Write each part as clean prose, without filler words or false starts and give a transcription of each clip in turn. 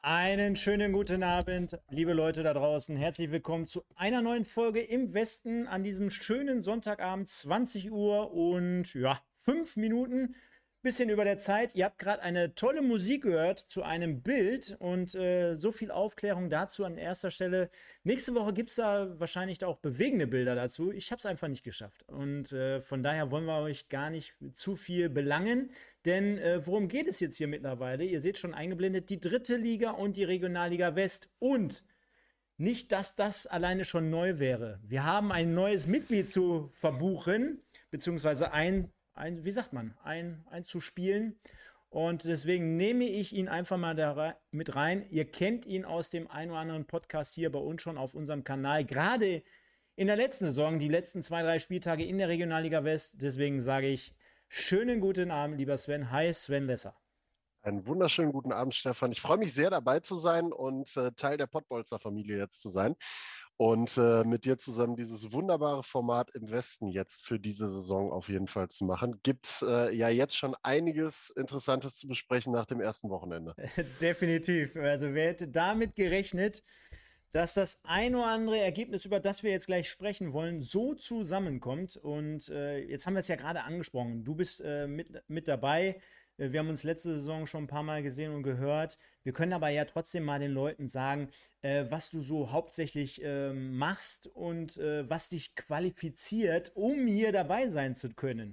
Einen schönen guten Abend, liebe Leute da draußen. Herzlich willkommen zu einer neuen Folge im Westen an diesem schönen Sonntagabend, 20 Uhr und ja, 5 Minuten. Bisschen über der Zeit. Ihr habt gerade eine tolle Musik gehört zu einem Bild und so viel Aufklärung dazu an erster Stelle. Nächste Woche gibt es da wahrscheinlich auch bewegende Bilder dazu. Ich habe es einfach nicht geschafft. Und von daher wollen wir euch gar nicht zu viel belangen. Denn worum geht es jetzt hier mittlerweile? Ihr seht schon eingeblendet, die dritte Liga und die Regionalliga West. Und nicht, dass das alleine schon neu wäre. Wir haben ein neues Mitglied zu verbuchen, beziehungsweise wie sagt man, zu spielen. Und deswegen nehme ich ihn einfach mal da mit rein. Ihr kennt ihn aus dem einen oder anderen Podcast hier bei uns schon auf unserem Kanal. Gerade in der letzten Saison, die letzten 2, 3 Spieltage in der Regionalliga West. Deswegen sage ich, schönen guten Abend, lieber Sven. Hi, Sven Lesser. Einen wunderschönen guten Abend, Stefan. Ich freue mich sehr, dabei zu sein und Teil der Pottbolzer-Familie jetzt zu sein und mit dir zusammen dieses wunderbare Format im Westen jetzt für diese Saison auf jeden Fall zu machen. Gibt ja jetzt schon einiges Interessantes zu besprechen nach dem ersten Wochenende. Definitiv. Also wer hätte damit gerechnet, dass das ein oder andere Ergebnis, über das wir jetzt gleich sprechen wollen, so zusammenkommt. Und jetzt haben wir es ja gerade angesprochen. Du bist mit dabei. Wir haben uns letzte Saison schon ein paar Mal gesehen und gehört. Wir können aber ja trotzdem mal den Leuten sagen, was du so hauptsächlich machst und was dich qualifiziert, um hier dabei sein zu können.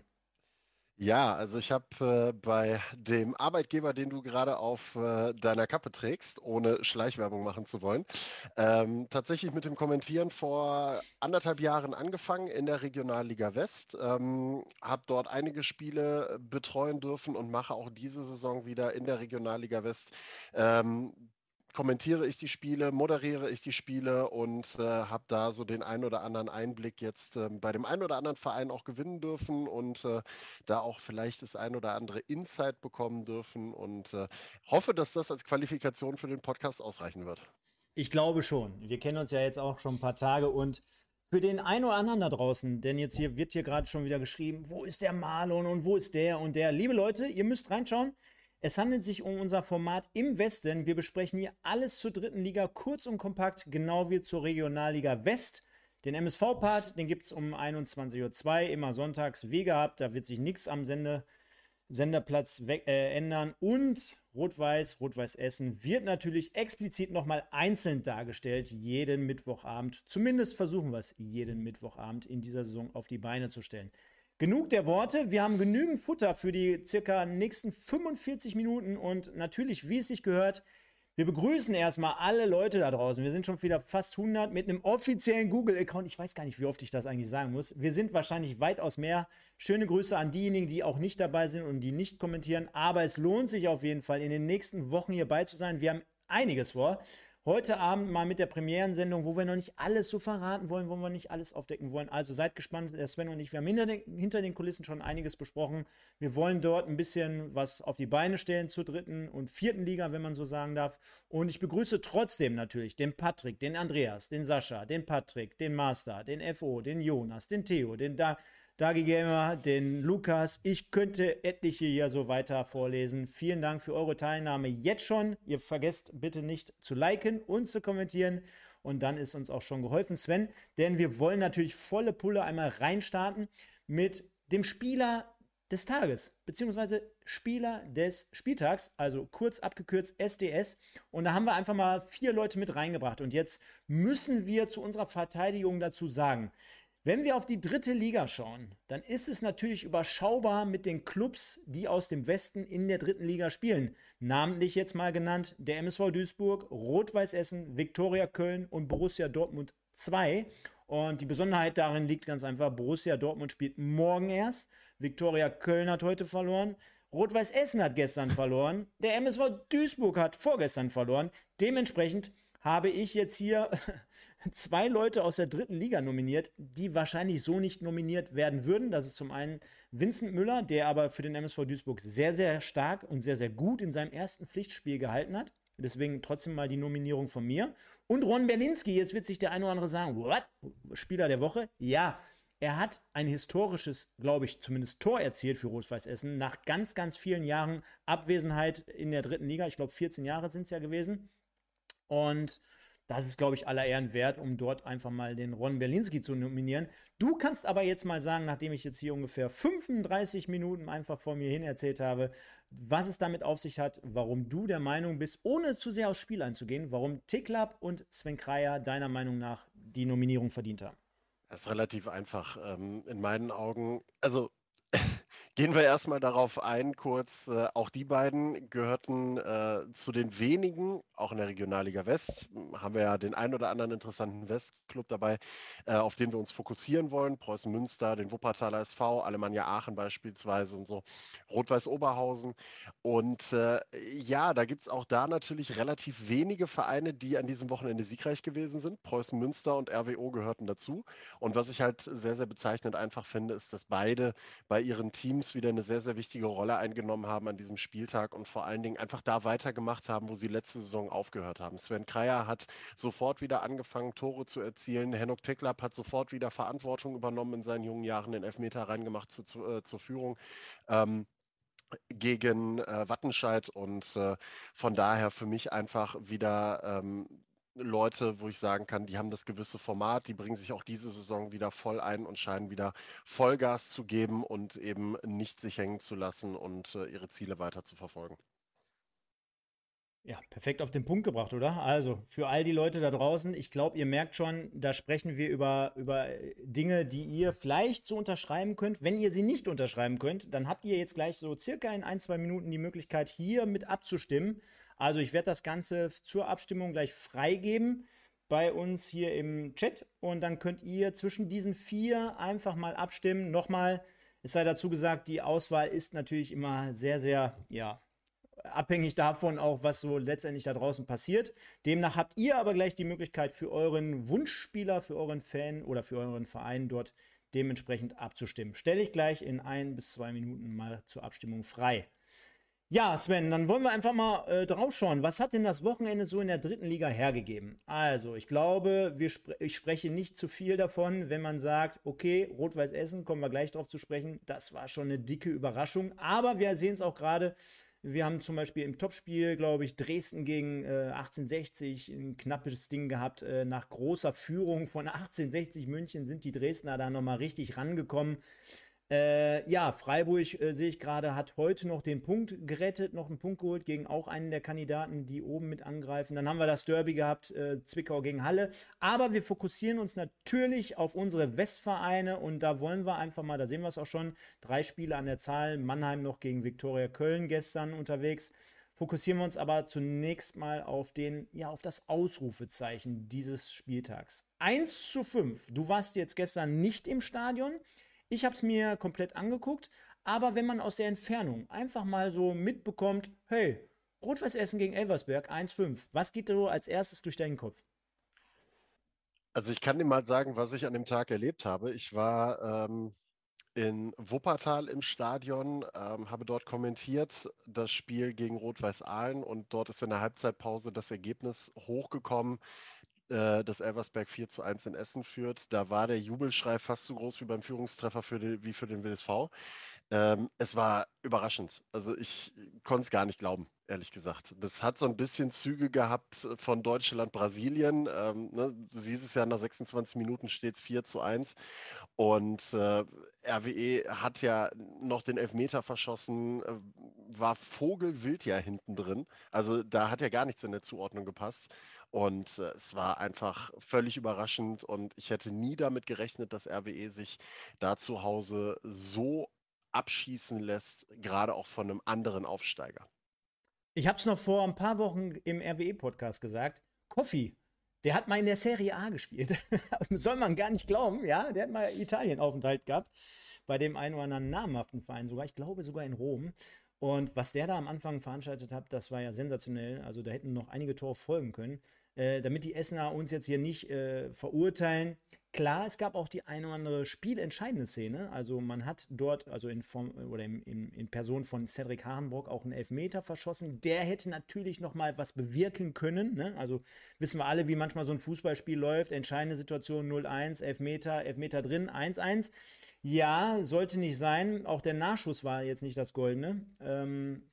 Ja, also ich habe bei dem Arbeitgeber, den du gerade auf deiner Kappe trägst, ohne Schleichwerbung machen zu wollen, tatsächlich mit dem Kommentieren vor 1,5 Jahren angefangen in der Regionalliga West, habe dort einige Spiele betreuen dürfen und mache auch diese Saison wieder in der Regionalliga West. Ähm, Kommentiere ich die Spiele, moderiere ich die Spiele und habe da so den ein oder anderen Einblick jetzt bei dem einen oder anderen Verein auch gewinnen dürfen und da auch vielleicht das ein oder andere Insight bekommen dürfen und hoffe, dass das als Qualifikation für den Podcast ausreichen wird. Ich glaube schon. Wir kennen uns ja jetzt auch schon ein paar Tage und für den einen oder anderen da draußen, denn jetzt hier wird hier gerade schon wieder geschrieben, wo ist der Marlon und wo ist der und der. Liebe Leute, ihr müsst reinschauen. Es handelt sich um unser Format im Westen. Wir besprechen hier alles zur dritten Liga, kurz und kompakt, genau wie zur Regionalliga West. Den MSV-Part, den gibt es um 21:02 Uhr, immer sonntags, wie gehabt. Da wird sich nichts am Senderplatz ändern. Und Rot-Weiß Essen wird natürlich explizit nochmal einzeln dargestellt, jeden Mittwochabend. Zumindest versuchen wir es jeden Mittwochabend in dieser Saison auf die Beine zu stellen. Genug der Worte, wir haben genügend Futter für die circa nächsten 45 Minuten und natürlich, wie es sich gehört, wir begrüßen erstmal alle Leute da draußen. Wir sind schon wieder fast 100 mit einem offiziellen Google-Account. Ich weiß gar nicht, wie oft ich das eigentlich sagen muss. Wir sind wahrscheinlich weitaus mehr. Schöne Grüße an diejenigen, die auch nicht dabei sind und die nicht kommentieren. Aber es lohnt sich auf jeden Fall, in den nächsten Wochen hierbei zu sein. Wir haben einiges vor. Heute Abend mal mit der Premierensendung, wo wir noch nicht alles so verraten wollen, wo wir nicht alles aufdecken wollen. Also seid gespannt, der Sven und ich, wir haben hinter den Kulissen schon einiges besprochen. Wir wollen dort ein bisschen was auf die Beine stellen zur dritten und vierten Liga, wenn man so sagen darf. Und ich begrüße trotzdem natürlich den Patrick, den Andreas, den Sascha, den Patrick, den Master, den FO, den Jonas, den Theo, den Dagi Gamer, den Lukas. Ich könnte etliche hier so weiter vorlesen. Vielen Dank für eure Teilnahme jetzt schon. Ihr vergesst bitte nicht zu liken und zu kommentieren. Und dann ist uns auch schon geholfen, Sven. Denn wir wollen natürlich volle Pulle einmal reinstarten mit dem Spieler des Tages, beziehungsweise Spieler des Spieltags, also kurz abgekürzt SDS. Und da haben wir einfach mal 4 Leute mit reingebracht. Und jetzt müssen wir zu unserer Verteidigung dazu sagen, wenn wir auf die dritte Liga schauen, dann ist es natürlich überschaubar mit den Clubs, die aus dem Westen in der dritten Liga spielen. Namentlich jetzt mal genannt der MSV Duisburg, Rot-Weiß Essen, Viktoria Köln und Borussia Dortmund 2. Und die Besonderheit darin liegt ganz einfach, Borussia Dortmund spielt morgen erst, Viktoria Köln hat heute verloren, Rot-Weiß Essen hat gestern verloren, der MSV Duisburg hat vorgestern verloren. Dementsprechend habe ich jetzt hier 2 Leute aus der dritten Liga nominiert, die wahrscheinlich so nicht nominiert werden würden. Das ist zum einen Vincent Müller, der aber für den MSV Duisburg sehr, sehr stark und sehr, sehr gut in seinem ersten Pflichtspiel gehalten hat. Deswegen trotzdem mal die Nominierung von mir. Und Ron Berlinski, jetzt wird sich der eine oder andere sagen, what? Spieler der Woche? Ja, er hat ein historisches, glaube ich, zumindest Tor erzielt für Rot-Weiß Essen. Nach ganz, ganz vielen Jahren Abwesenheit in der dritten Liga. Ich glaube, 14 Jahre sind es ja gewesen. Und das ist, glaube ich, aller Ehren wert, um dort einfach mal den Ron Berlinski zu nominieren. Du kannst aber jetzt mal sagen, nachdem ich jetzt hier ungefähr 35 Minuten einfach vor mir hin erzählt habe, was es damit auf sich hat, warum du der Meinung bist, ohne zu sehr aufs Spiel einzugehen, warum Tiklap und Sven Kreier deiner Meinung nach die Nominierung verdient haben. Das ist relativ einfach, in meinen Augen. Also gehen wir erstmal darauf ein, kurz. Auch die beiden gehörten zu den wenigen, auch in der Regionalliga West, haben wir ja den einen oder anderen interessanten Westclub dabei, auf den wir uns fokussieren wollen. Preußen Münster, den Wuppertaler SV, Alemannia Aachen beispielsweise und so, Rot-Weiß Oberhausen. Und ja, da gibt es auch da natürlich relativ wenige Vereine, die an diesem Wochenende siegreich gewesen sind. Preußen Münster und RWO gehörten dazu. Und was ich halt sehr, sehr bezeichnend einfach finde, ist, dass beide bei ihren Teams wieder eine sehr, sehr wichtige Rolle eingenommen haben an diesem Spieltag und vor allen Dingen einfach da weitergemacht haben, wo sie letzte Saison aufgehört haben. Sven Kreier hat sofort wieder angefangen, Tore zu erzielen. Henok Teklap hat sofort wieder Verantwortung übernommen in seinen jungen Jahren, den Elfmeter reingemacht zur Führung. Gegen Wattenscheid und von daher für mich einfach wieder Leute, wo ich sagen kann, die haben das gewisse Format, die bringen sich auch diese Saison wieder voll ein und scheinen wieder Vollgas zu geben und eben nicht sich hängen zu lassen und ihre Ziele weiter zu verfolgen. Ja, perfekt auf den Punkt gebracht, oder? Also, für all die Leute da draußen, ich glaube, ihr merkt schon, da sprechen wir über Dinge, die ihr vielleicht so unterschreiben könnt. Wenn ihr sie nicht unterschreiben könnt, dann habt ihr jetzt gleich so circa in ein, zwei Minuten die Möglichkeit, hier mit abzustimmen. Also, ich werde das Ganze zur Abstimmung gleich freigeben bei uns hier im Chat und dann könnt ihr zwischen diesen vier einfach mal abstimmen. Nochmal, es sei dazu gesagt, die Auswahl ist natürlich immer sehr, sehr, ja, abhängig davon auch, was so letztendlich da draußen passiert. Demnach habt ihr aber gleich die Möglichkeit für euren Wunschspieler, für euren Fan oder für euren Verein dort dementsprechend abzustimmen. Stelle ich gleich in 1 bis 2 Minuten mal zur Abstimmung frei. Ja, Sven, dann wollen wir einfach mal drauf schauen. Was hat denn das Wochenende so in der dritten Liga hergegeben? Also, ich glaube, ich spreche nicht zu viel davon, wenn man sagt, okay, Rot-Weiß Essen, kommen wir gleich drauf zu sprechen. Das war schon eine dicke Überraschung. Aber wir sehen es auch gerade. Wir haben zum Beispiel im Topspiel, glaube ich, Dresden gegen 1860 ein knappes Ding gehabt. Nach großer Führung von 1860 München sind die Dresdner da nochmal richtig rangekommen. Ja, Freiburg, sehe ich gerade, hat heute noch den Punkt gerettet, noch einen Punkt geholt gegen auch einen der Kandidaten, die oben mit angreifen. Dann haben wir das Derby gehabt, Zwickau gegen Halle. Aber wir fokussieren uns natürlich auf unsere Westvereine und da wollen wir einfach mal, da sehen wir es auch schon, 3 Spiele an der Zahl. Mannheim noch gegen Viktoria Köln gestern unterwegs. Fokussieren wir uns aber zunächst mal auf ja, auf das Ausrufezeichen dieses Spieltags. 1:5. Du warst jetzt gestern nicht im Stadion. Ich habe es mir komplett angeguckt, aber wenn man aus der Entfernung einfach mal so mitbekommt, hey, Rot-Weiß Essen gegen Elversberg 1:5, was geht so als erstes durch deinen Kopf? Also ich kann dir mal sagen, was ich an dem Tag erlebt habe. Ich war in Wuppertal im Stadion, habe dort kommentiert das Spiel gegen Rot-Weiß Aalen und dort ist in der Halbzeitpause das Ergebnis hochgekommen, dass Elversberg 4:1 in Essen führt. Da war der Jubelschrei fast so groß wie beim Führungstreffer wie für den WSV. Es war überraschend. Also ich konnte es gar nicht glauben, ehrlich gesagt. Das hat so ein bisschen Züge gehabt von Deutschland, Brasilien. Ne? Du siehst es ja, nach 26 Minuten steht es 4:1. Und RWE hat ja noch den Elfmeter verschossen, war vogelwild ja hinten drin. Also da hat ja gar nichts in der Zuordnung gepasst. Und es war einfach völlig überraschend und ich hätte nie damit gerechnet, dass RWE sich da zu Hause so abschießen lässt, gerade auch von einem anderen Aufsteiger. Ich habe es noch vor ein paar Wochen im RWE-Podcast gesagt. Koffi, der hat mal in der Serie A gespielt. Soll man gar nicht glauben, ja? Der hat mal Italienaufenthalt gehabt. Bei dem einen oder anderen namhaften Verein sogar. Ich glaube sogar in Rom. Und was der da am Anfang veranstaltet hat, das war ja sensationell. Also da hätten noch einige Tore folgen können. Damit die Essener uns jetzt hier nicht verurteilen. Klar, es gab auch die eine oder andere spielentscheidende Szene. Also man hat dort, also in Form oder in Person von Cedric Harenbrock auch einen Elfmeter verschossen. Der hätte natürlich noch mal was bewirken können. Ne? Also wissen wir alle, wie manchmal so ein Fußballspiel läuft. Entscheidende Situation 0:1, Elfmeter, Elfmeter drin, 1:1. Ja, sollte nicht sein. Auch der Nachschuss war jetzt nicht das Goldene.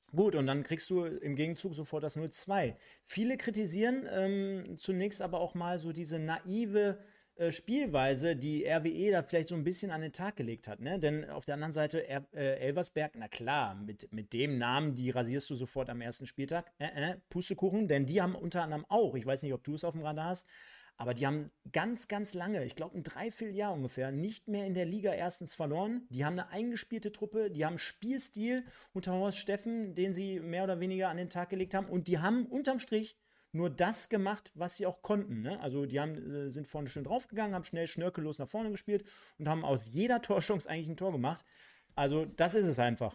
Gut, und dann kriegst du im Gegenzug sofort das 0-2. Viele kritisieren zunächst aber auch mal so diese naive Spielweise, die RWE da vielleicht so ein bisschen an den Tag gelegt hat. Ne? Denn auf der anderen Seite, Elversberg, na klar, mit dem Namen, die rasierst du sofort am ersten Spieltag. Pustekuchen, denn die haben unter anderem auch, ich weiß nicht, ob du es auf dem Radar hast, aber die haben ganz, ganz lange, ich glaube ein Dreivierteljahr ungefähr, nicht mehr in der Liga erstens verloren. Die haben eine eingespielte Truppe, die haben einen Spielstil unter Horst Steffen, den sie mehr oder weniger an den Tag gelegt haben. Und die haben unterm Strich nur das gemacht, was sie auch konnten. Ne? Also die sind vorne schön draufgegangen, haben schnell schnörkellos nach vorne gespielt und haben aus jeder Torchance eigentlich ein Tor gemacht. Also das ist es einfach.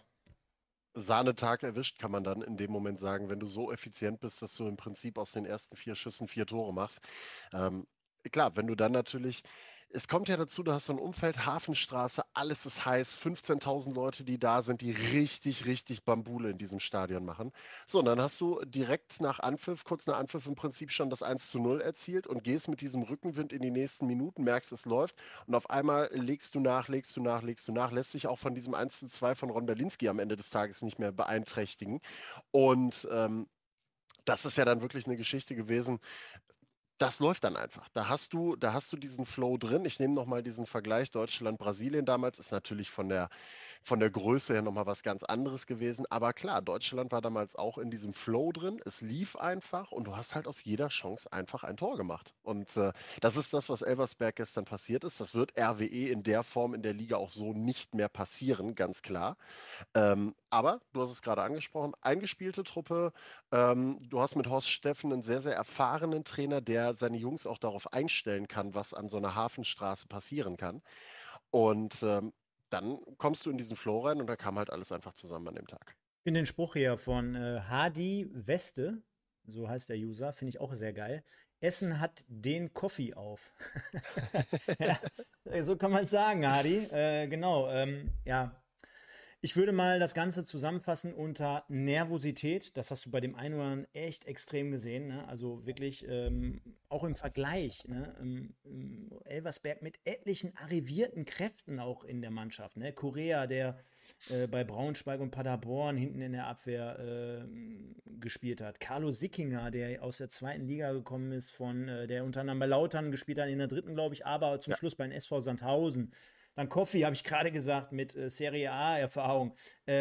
Sahnetag erwischt, kann man dann in dem Moment sagen, wenn du so effizient bist, dass du im Prinzip aus den ersten 4 Schüssen 4 Tore machst. Ähm, klar, wenn du dann natürlich, es kommt ja dazu, du hast so ein Umfeld, Hafenstraße, alles ist heiß, 15.000 Leute, die da sind, die richtig, richtig Bambule in diesem Stadion machen. So, und dann hast du direkt nach Anpfiff, kurz nach Anpfiff im Prinzip schon das 1:0 erzielt und gehst mit diesem Rückenwind in die nächsten Minuten, merkst, es läuft und auf einmal legst du nach, legst du nach, legst du nach, lässt sich auch von diesem 1:2 von Ron Berlinski am Ende des Tages nicht mehr beeinträchtigen. Und das ist ja dann wirklich eine Geschichte gewesen, das läuft dann einfach. Da hast du diesen Flow drin. Ich nehme nochmal diesen Vergleich Deutschland-Brasilien damals, ist natürlich von der Größe her nochmal was ganz anderes gewesen. Aber klar, Deutschland war damals auch in diesem Flow drin. Es lief einfach und du hast halt aus jeder Chance einfach ein Tor gemacht. Und das ist das, was Elversberg gestern passiert ist. Das wird RWE in der Form in der Liga auch so nicht mehr passieren, ganz klar. Aber du hast es gerade angesprochen, eingespielte Truppe. Du hast mit Horst Steffen einen sehr, sehr erfahrenen Trainer, der seine Jungs auch darauf einstellen kann, was an so einer Hafenstraße passieren kann. Und dann kommst du in diesen Flow rein und da kam halt alles einfach zusammen an dem Tag. Ich finde den Spruch hier von Hadi Weste, so heißt der User, finde ich auch sehr geil. Essen hat den Coffee auf. Ja, so kann man es sagen, Hadi. Genau, ja, ich würde mal das Ganze zusammenfassen unter Nervosität. Das hast du bei dem einen oder anderen echt extrem gesehen. Ne? Also wirklich auch im Vergleich. Ne? Elversberg mit etlichen arrivierten Kräften auch in der Mannschaft. Ne? Korea, der bei Braunschweig und Paderborn hinten in der Abwehr gespielt hat. Carlo Sickinger, der aus der zweiten Liga gekommen ist, der unter anderem bei Lautern gespielt hat, in der dritten, glaube ich, aber zum Ja, Schluss bei den SV Sandhausen. Dann Koffi, habe ich gerade gesagt, mit Serie A-Erfahrung.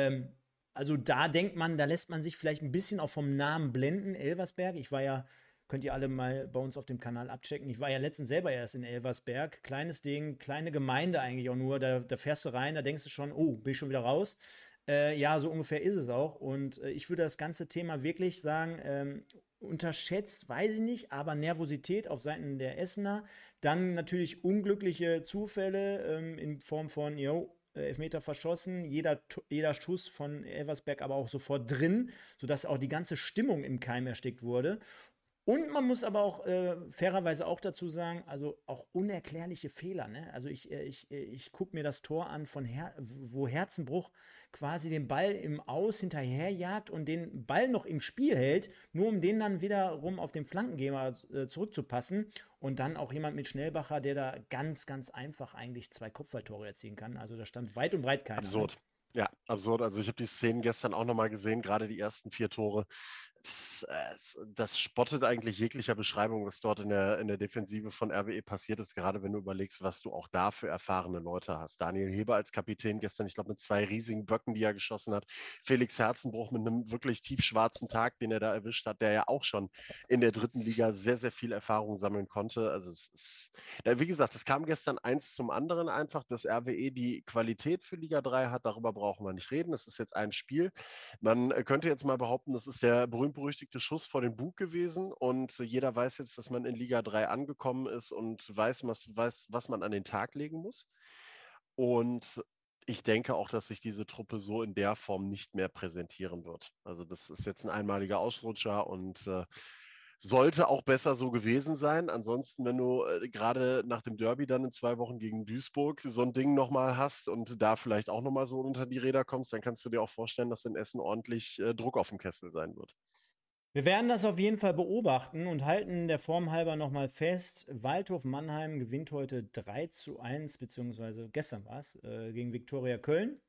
Also da denkt man, da lässt man sich vielleicht ein bisschen auch vom Namen blenden, Elversberg. Ich war ja, könnt ihr alle mal bei uns auf dem Kanal abchecken, ich war ja letztens selber erst in Elversberg. Kleines Ding, kleine Gemeinde eigentlich auch nur. Da fährst du rein, da denkst du schon, oh, bin ich schon wieder raus. Ja, so ungefähr ist es auch. Und ich würde das ganze Thema wirklich sagen, unterschätzt, weiß ich nicht, aber Nervosität auf Seiten der Essener. Dann natürlich unglückliche Zufälle in Form von, Elfmeter verschossen, jeder Schuss von Elversberg aber auch sofort drin, sodass auch die ganze Stimmung im Keim erstickt wurde. Und man muss aber auch fairerweise auch dazu sagen, also auch unerklärliche Fehler. Ne? Also ich gucke mir das Tor an, wo Herzenbruch quasi den Ball im Aus hinterherjagt und den Ball noch im Spiel hält, nur um den dann wiederum auf den Flankengeber zurückzupassen. Und dann auch jemand mit Schnellbacher, der da ganz, ganz einfach eigentlich 2 Kopfballtore erzielen kann. Also da stand weit und breit keiner. Ne? absurd. Ja, absurd. Also ich habe die Szenen gestern auch nochmal gesehen, gerade die ersten 4 Tore. Das spottet eigentlich jeglicher Beschreibung, was dort in der Defensive von RWE passiert ist, gerade wenn du überlegst, was du auch da für erfahrene Leute hast. Daniel Heber als Kapitän gestern, ich glaube, mit 2 riesigen Böcken, die er geschossen hat. Felix Herzenbruch mit einem wirklich tiefschwarzen Tag, den er da erwischt hat, der ja auch schon in der dritten Liga sehr, sehr viel Erfahrung sammeln konnte. Also es ist, ja, wie gesagt, es kam gestern eins zum anderen einfach, dass RWE die Qualität für Liga 3 hat, darüber brauchen wir nicht reden. Es ist jetzt ein Spiel. Man könnte jetzt mal behaupten, das ist der berühmt-berüchtigte Schuss vor den Bug gewesen und jeder weiß jetzt, dass man in Liga 3 angekommen ist und was man an den Tag legen muss. Und ich denke auch, dass sich diese Truppe so in der Form nicht mehr präsentieren wird. Also das ist jetzt ein einmaliger Ausrutscher und sollte auch besser so gewesen sein. Ansonsten, wenn du gerade nach dem Derby dann in 2 Wochen gegen Duisburg so ein Ding nochmal hast und da vielleicht auch nochmal so unter die Räder kommst, dann kannst du dir auch vorstellen, dass in Essen ordentlich Druck auf dem Kessel sein wird. Wir werden das auf jeden Fall beobachten und halten der Form halber nochmal fest. Waldhof Mannheim gewinnt heute 3:1, beziehungsweise gestern war es, gegen Viktoria Köln.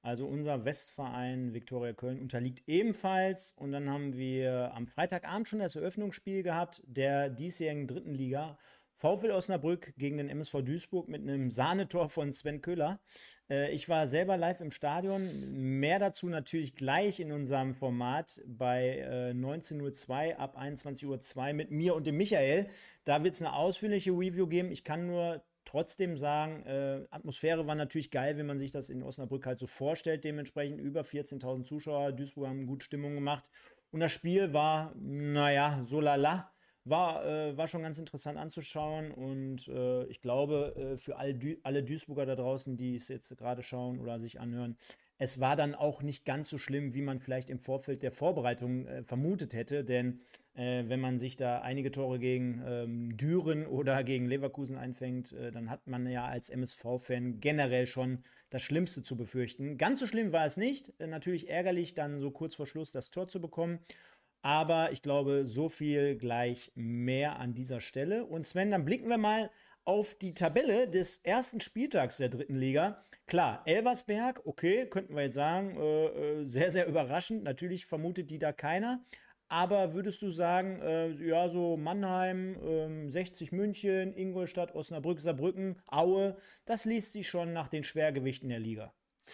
Also unser Westverein Viktoria Köln unterliegt ebenfalls. Und dann haben wir am Freitagabend schon das Eröffnungsspiel gehabt der diesjährigen dritten Liga. VfL Osnabrück gegen den MSV Duisburg mit einem Sahnetor von Sven Köhler. Ich war selber live im Stadion. Mehr dazu natürlich gleich in unserem Format bei 19:02 Uhr ab 21:02 Uhr mit mir und dem Michael. Da wird es eine ausführliche Review geben. Ich kann nur trotzdem sagen, Atmosphäre war natürlich geil, wenn man sich das in Osnabrück halt so vorstellt. Dementsprechend über 14.000 Zuschauer. Duisburg haben gut Stimmung gemacht. Und das Spiel war, naja, so lala. War schon ganz interessant anzuschauen und ich glaube, für alle Duisburger da draußen, die es jetzt gerade schauen oder sich anhören, es war dann auch nicht ganz so schlimm, wie man vielleicht im Vorfeld der Vorbereitung vermutet hätte, denn wenn man sich da einige Tore gegen Düren oder gegen Leverkusen einfängt, dann hat man ja als MSV-Fan generell schon das Schlimmste zu befürchten. Ganz so schlimm war es nicht. Natürlich ärgerlich, dann so kurz vor Schluss das Tor zu bekommen. Aber ich glaube, so viel gleich mehr an dieser Stelle. Und Sven, dann blicken wir mal auf die Tabelle des ersten Spieltags der dritten Liga. Klar, Elversberg, okay, könnten wir jetzt sagen, sehr, sehr überraschend. Natürlich vermutet die da keiner. Aber würdest du sagen, ja, so Mannheim, 60 München, Ingolstadt, Osnabrück, Saarbrücken, Aue, das liest sich schon nach den Schwergewichten der Liga.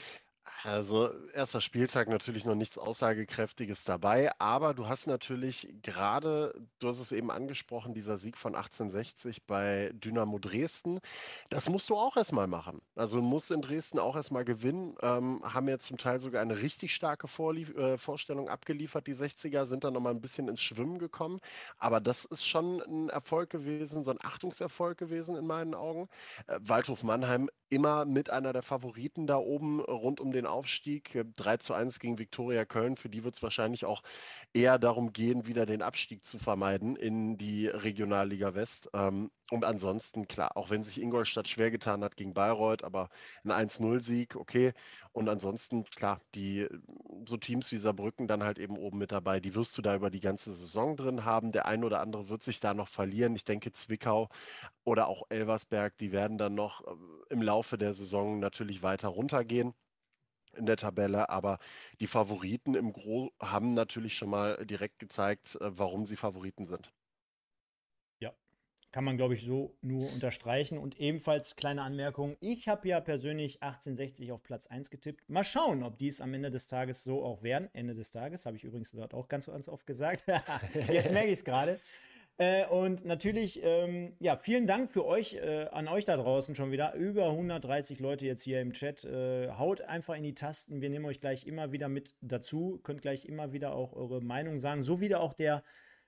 Also erster Spieltag natürlich noch nichts Aussagekräftiges dabei, aber du hast natürlich gerade, du hast es eben angesprochen, dieser Sieg von 1860 bei Dynamo Dresden, das musst du auch erstmal machen. Also du musst in Dresden auch erstmal gewinnen, haben jetzt zum Teil sogar eine richtig starke Vorstellung abgeliefert. Die 60er sind dann nochmal ein bisschen ins Schwimmen gekommen, aber das ist schon ein Erfolg gewesen, so ein Achtungserfolg gewesen in meinen Augen. Waldhof Mannheim immer mit einer der Favoriten da oben rund um den Aufstieg. 3:1 gegen Viktoria Köln. Für die wird es wahrscheinlich auch eher darum gehen, wieder den Abstieg zu vermeiden in die Regionalliga West. Und ansonsten, klar, auch wenn sich Ingolstadt schwer getan hat gegen Bayreuth, aber ein 1:0-Sieg, okay. Und ansonsten, klar, die so Teams wie Saarbrücken dann halt eben oben mit dabei, die wirst du da über die ganze Saison drin haben. Der ein oder andere wird sich da noch verlieren. Ich denke, Zwickau oder auch Elversberg, die werden dann noch im Laufe der Saison natürlich weiter runtergehen in der Tabelle, aber die Favoriten im Gros haben natürlich schon mal direkt gezeigt, warum sie Favoriten sind. Ja, kann man, glaube ich, so nur unterstreichen. Und ebenfalls kleine Anmerkung, ich habe ja persönlich 1860 auf Platz 1 getippt. Mal schauen, ob die es am Ende des Tages so auch werden. Ende des Tages, habe ich übrigens dort auch ganz, ganz oft gesagt. Jetzt merke ich es gerade. Und natürlich, ja, vielen Dank für euch, an euch da draußen schon wieder. Über 130 Leute jetzt hier im Chat. Haut einfach in die Tasten. Wir nehmen euch gleich immer wieder mit dazu. Könnt gleich immer wieder auch eure Meinung sagen. So wieder auch der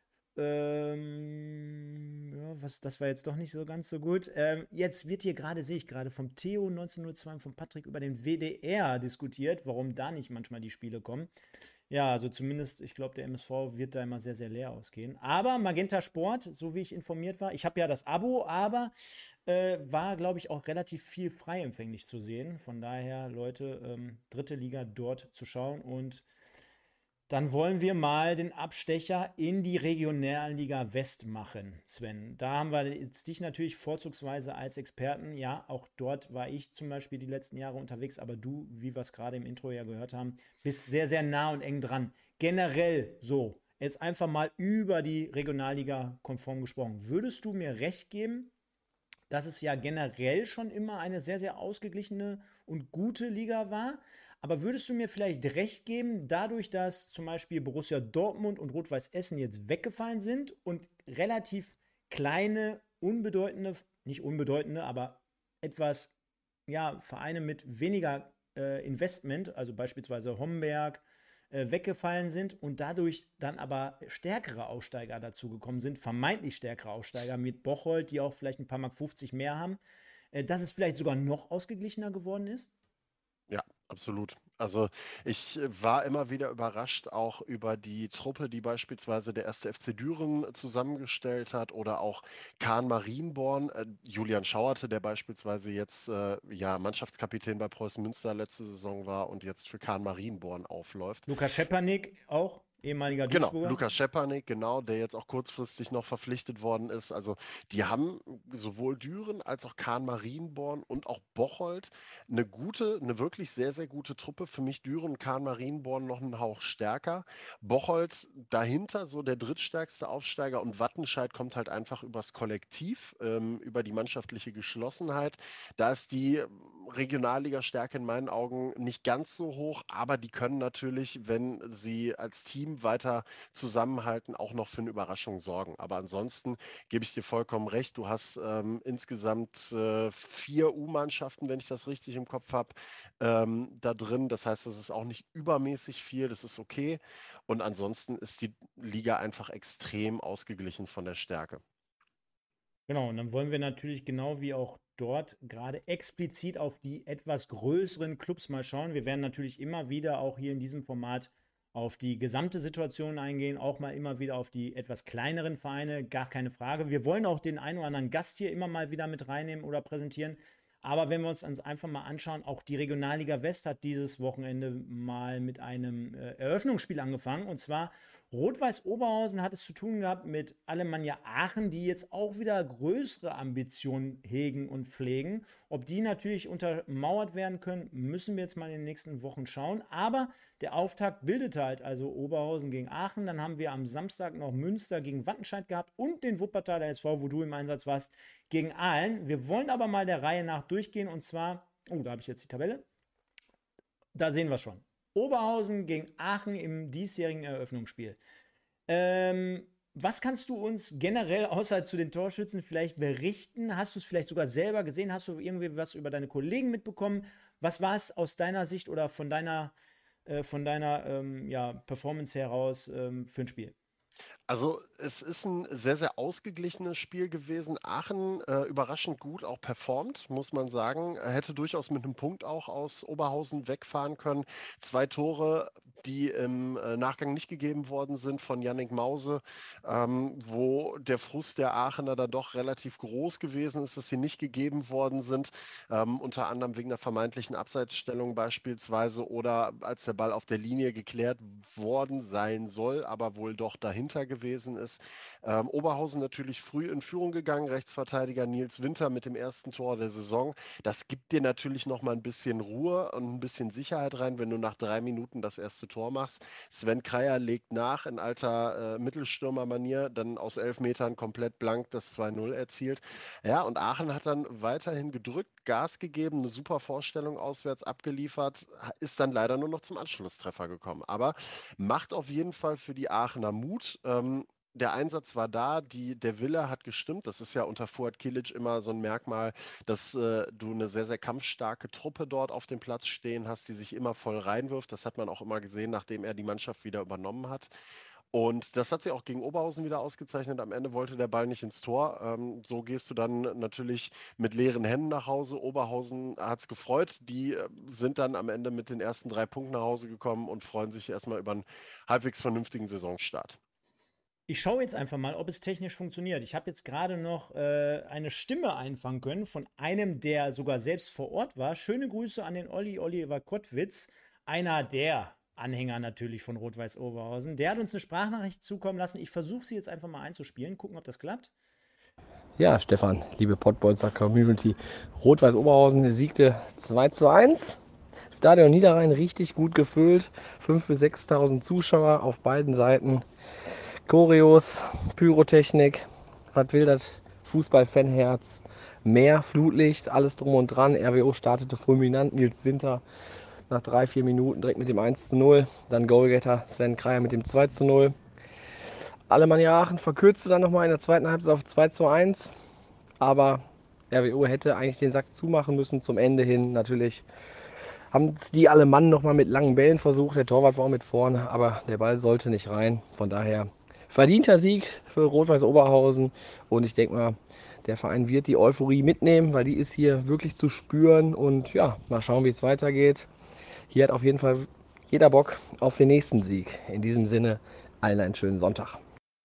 ja, das war jetzt doch nicht so ganz so gut. Jetzt wird hier gerade, sehe ich gerade, vom Theo 1902 und vom Patrick über den WDR diskutiert, warum da nicht manchmal die Spiele kommen. Ja, also zumindest, ich glaube, der MSV wird da immer sehr, sehr leer ausgehen. Aber Magenta Sport, so wie ich informiert war, ich habe ja das Abo, aber war, glaube ich, auch relativ viel frei empfänglich zu sehen. Von daher, Leute, dritte Liga dort zu schauen und dann wollen wir mal den Abstecher in die Regionalliga West machen, Sven. Da haben wir jetzt dich natürlich vorzugsweise als Experten. Ja, auch dort war ich zum Beispiel die letzten Jahre unterwegs, aber du, wie wir es gerade im Intro ja gehört haben, bist sehr, sehr nah und eng dran. Generell so, jetzt einfach mal über die Regionalliga konform gesprochen. Würdest du mir recht geben, dass es ja generell schon immer eine sehr, sehr ausgeglichene und gute Liga war? Aber würdest du mir vielleicht recht geben, dadurch, dass zum Beispiel Borussia Dortmund und Rot-Weiß Essen jetzt weggefallen sind und relativ kleine, unbedeutende, nicht unbedeutende, aber etwas, ja, Vereine mit weniger Investment, also beispielsweise Homberg, weggefallen sind und dadurch dann aber stärkere Aussteiger dazugekommen sind, vermeintlich stärkere Aussteiger mit Bocholt, die auch vielleicht ein paar Mark 50 mehr haben, dass es vielleicht sogar noch ausgeglichener geworden ist? Ja, absolut. Also ich war immer wieder überrascht, auch über die Truppe, die beispielsweise der erste FC Düren zusammengestellt hat oder auch Kahn Marienborn, Julian Schauerte, der beispielsweise jetzt ja Mannschaftskapitän bei Preußen Münster letzte Saison war und jetzt für Kahn Marienborn aufläuft. Lukas Schepanik auch. ehemaliger Genau, Duisburger. Lukas Schepanik, genau, der jetzt auch kurzfristig noch verpflichtet worden ist. Also die haben sowohl Düren als auch Kahn Marienborn und auch Bocholt eine wirklich sehr, sehr gute Truppe. Für mich Düren und Kahn Marienborn noch einen Hauch stärker. Bocholt dahinter so der drittstärkste Aufsteiger und Wattenscheid kommt halt einfach übers Kollektiv, über die mannschaftliche Geschlossenheit. Da ist die Regionalliga-Stärke in meinen Augen nicht ganz so hoch, aber die können natürlich, wenn sie als Team weiter zusammenhalten, auch noch für eine Überraschung sorgen. Aber ansonsten gebe ich dir vollkommen recht. Du hast insgesamt 4 U-Mannschaften, wenn ich das richtig im Kopf habe, da drin. Das heißt, das ist auch nicht übermäßig viel, das ist okay. Und ansonsten ist die Liga einfach extrem ausgeglichen von der Stärke. Genau, und dann wollen wir natürlich genau wie auch dort gerade explizit auf die etwas größeren Clubs mal schauen. Wir werden natürlich immer wieder auch hier in diesem Format auf die gesamte Situation eingehen, auch mal immer wieder auf die etwas kleineren Vereine, gar keine Frage. Wir wollen auch den einen oder anderen Gast hier immer mal wieder mit reinnehmen oder präsentieren. Aber wenn wir uns einfach mal anschauen, auch die Regionalliga West hat dieses Wochenende mal mit einem Eröffnungsspiel angefangen. Und zwar Rot-Weiß Oberhausen hat es zu tun gehabt mit Alemannia Aachen, die jetzt auch wieder größere Ambitionen hegen und pflegen. Ob die natürlich untermauert werden können, müssen wir jetzt mal in den nächsten Wochen schauen. Aber der Auftakt bildete halt also Oberhausen gegen Aachen. Dann haben wir am Samstag noch Münster gegen Wattenscheid gehabt und den Wuppertaler SV, wo du im Einsatz warst, gegen Aalen. Wir wollen aber mal der Reihe nach durchgehen und zwar, oh, da habe ich jetzt die Tabelle. Da sehen wir schon. Oberhausen gegen Aachen im diesjährigen Eröffnungsspiel. Was kannst du uns generell außer zu den Torschützen vielleicht berichten? Hast du es vielleicht sogar selber gesehen? Hast du irgendwie was über deine Kollegen mitbekommen? Was war es aus deiner Sicht oder von deiner ja, Performance heraus für ein Spiel? Also es ist ein sehr, sehr ausgeglichenes Spiel gewesen. Aachen überraschend gut auch performt, muss man sagen. Hätte durchaus mit einem Punkt auch aus Oberhausen wegfahren können. 2 Tore, die im Nachgang nicht gegeben worden sind von Yannick Mause, wo der Frust der Aachener da doch relativ groß gewesen ist, dass sie nicht gegeben worden sind. Unter anderem wegen der vermeintlichen Abseitsstellung beispielsweise oder als der Ball auf der Linie geklärt worden sein soll, aber wohl doch dahinter gewesen ist. Oberhausen natürlich früh in Führung gegangen, Rechtsverteidiger Nils Winter mit dem ersten Tor der Saison. Das gibt dir natürlich noch mal ein bisschen Ruhe und ein bisschen Sicherheit rein, wenn du nach 3 Minuten das erste Tor machst. Sven Kreier legt nach in alter Mittelstürmermanier, dann aus 11 Metern komplett blank das 2-0 erzielt. Ja, und Aachen hat dann weiterhin gedrückt, Gas gegeben, eine super Vorstellung auswärts abgeliefert, ist dann leider nur noch zum Anschlusstreffer gekommen. Aber macht auf jeden Fall für die Aachener Mut. Der Einsatz war da, der Wille hat gestimmt. Das ist ja unter Fuad Kilic immer so ein Merkmal, dass du eine sehr, sehr kampfstarke Truppe dort auf dem Platz stehen hast, die sich immer voll reinwirft. Das hat man auch immer gesehen, nachdem er die Mannschaft wieder übernommen hat. Und das hat sich auch gegen Oberhausen wieder ausgezeichnet. Am Ende wollte der Ball nicht ins Tor. So gehst du dann natürlich mit leeren Händen nach Hause. Oberhausen hat es gefreut. Die sind dann am Ende mit den ersten 3 Punkten nach Hause gekommen und freuen sich erstmal über einen halbwegs vernünftigen Saisonstart. Ich schaue jetzt einfach mal, ob es technisch funktioniert. Ich habe jetzt gerade noch eine Stimme einfangen können von einem, der sogar selbst vor Ort war. Schöne Grüße an den Oliver Kottwitz, einer der Anhänger natürlich von Rot-Weiß Oberhausen. Der hat uns eine Sprachnachricht zukommen lassen. Ich versuche sie jetzt einfach mal einzuspielen, gucken, ob das klappt. Ja, Stefan, liebe Pottbolzer Community, Rot-Weiß Oberhausen siegte 2:1. Stadion Niederrhein richtig gut gefüllt, 5.000 bis 6.000 Zuschauer auf beiden Seiten. Choreos, Pyrotechnik, was will das Fußballfanherz? Mehr Flutlicht, alles drum und dran. RWO startete fulminant, Nils Winter nach 3-4 Minuten direkt mit dem 1:0. Dann Goalgetter Sven Kreier mit dem 2:0. Alemannia Aachen verkürzte dann nochmal in der zweiten Halbzeit auf 2:1. Aber RWO hätte eigentlich den Sack zumachen müssen zum Ende hin. Natürlich haben es die Alemannen nochmal mit langen Bällen versucht. Der Torwart war auch mit vorne, aber der Ball sollte nicht rein. Von daher verdienter Sieg für Rot-Weiß Oberhausen. Und ich denke mal, der Verein wird die Euphorie mitnehmen, weil die ist hier wirklich zu spüren. Und ja, mal schauen, wie es weitergeht. Hier hat auf jeden Fall jeder Bock auf den nächsten Sieg. In diesem Sinne, allen einen schönen Sonntag.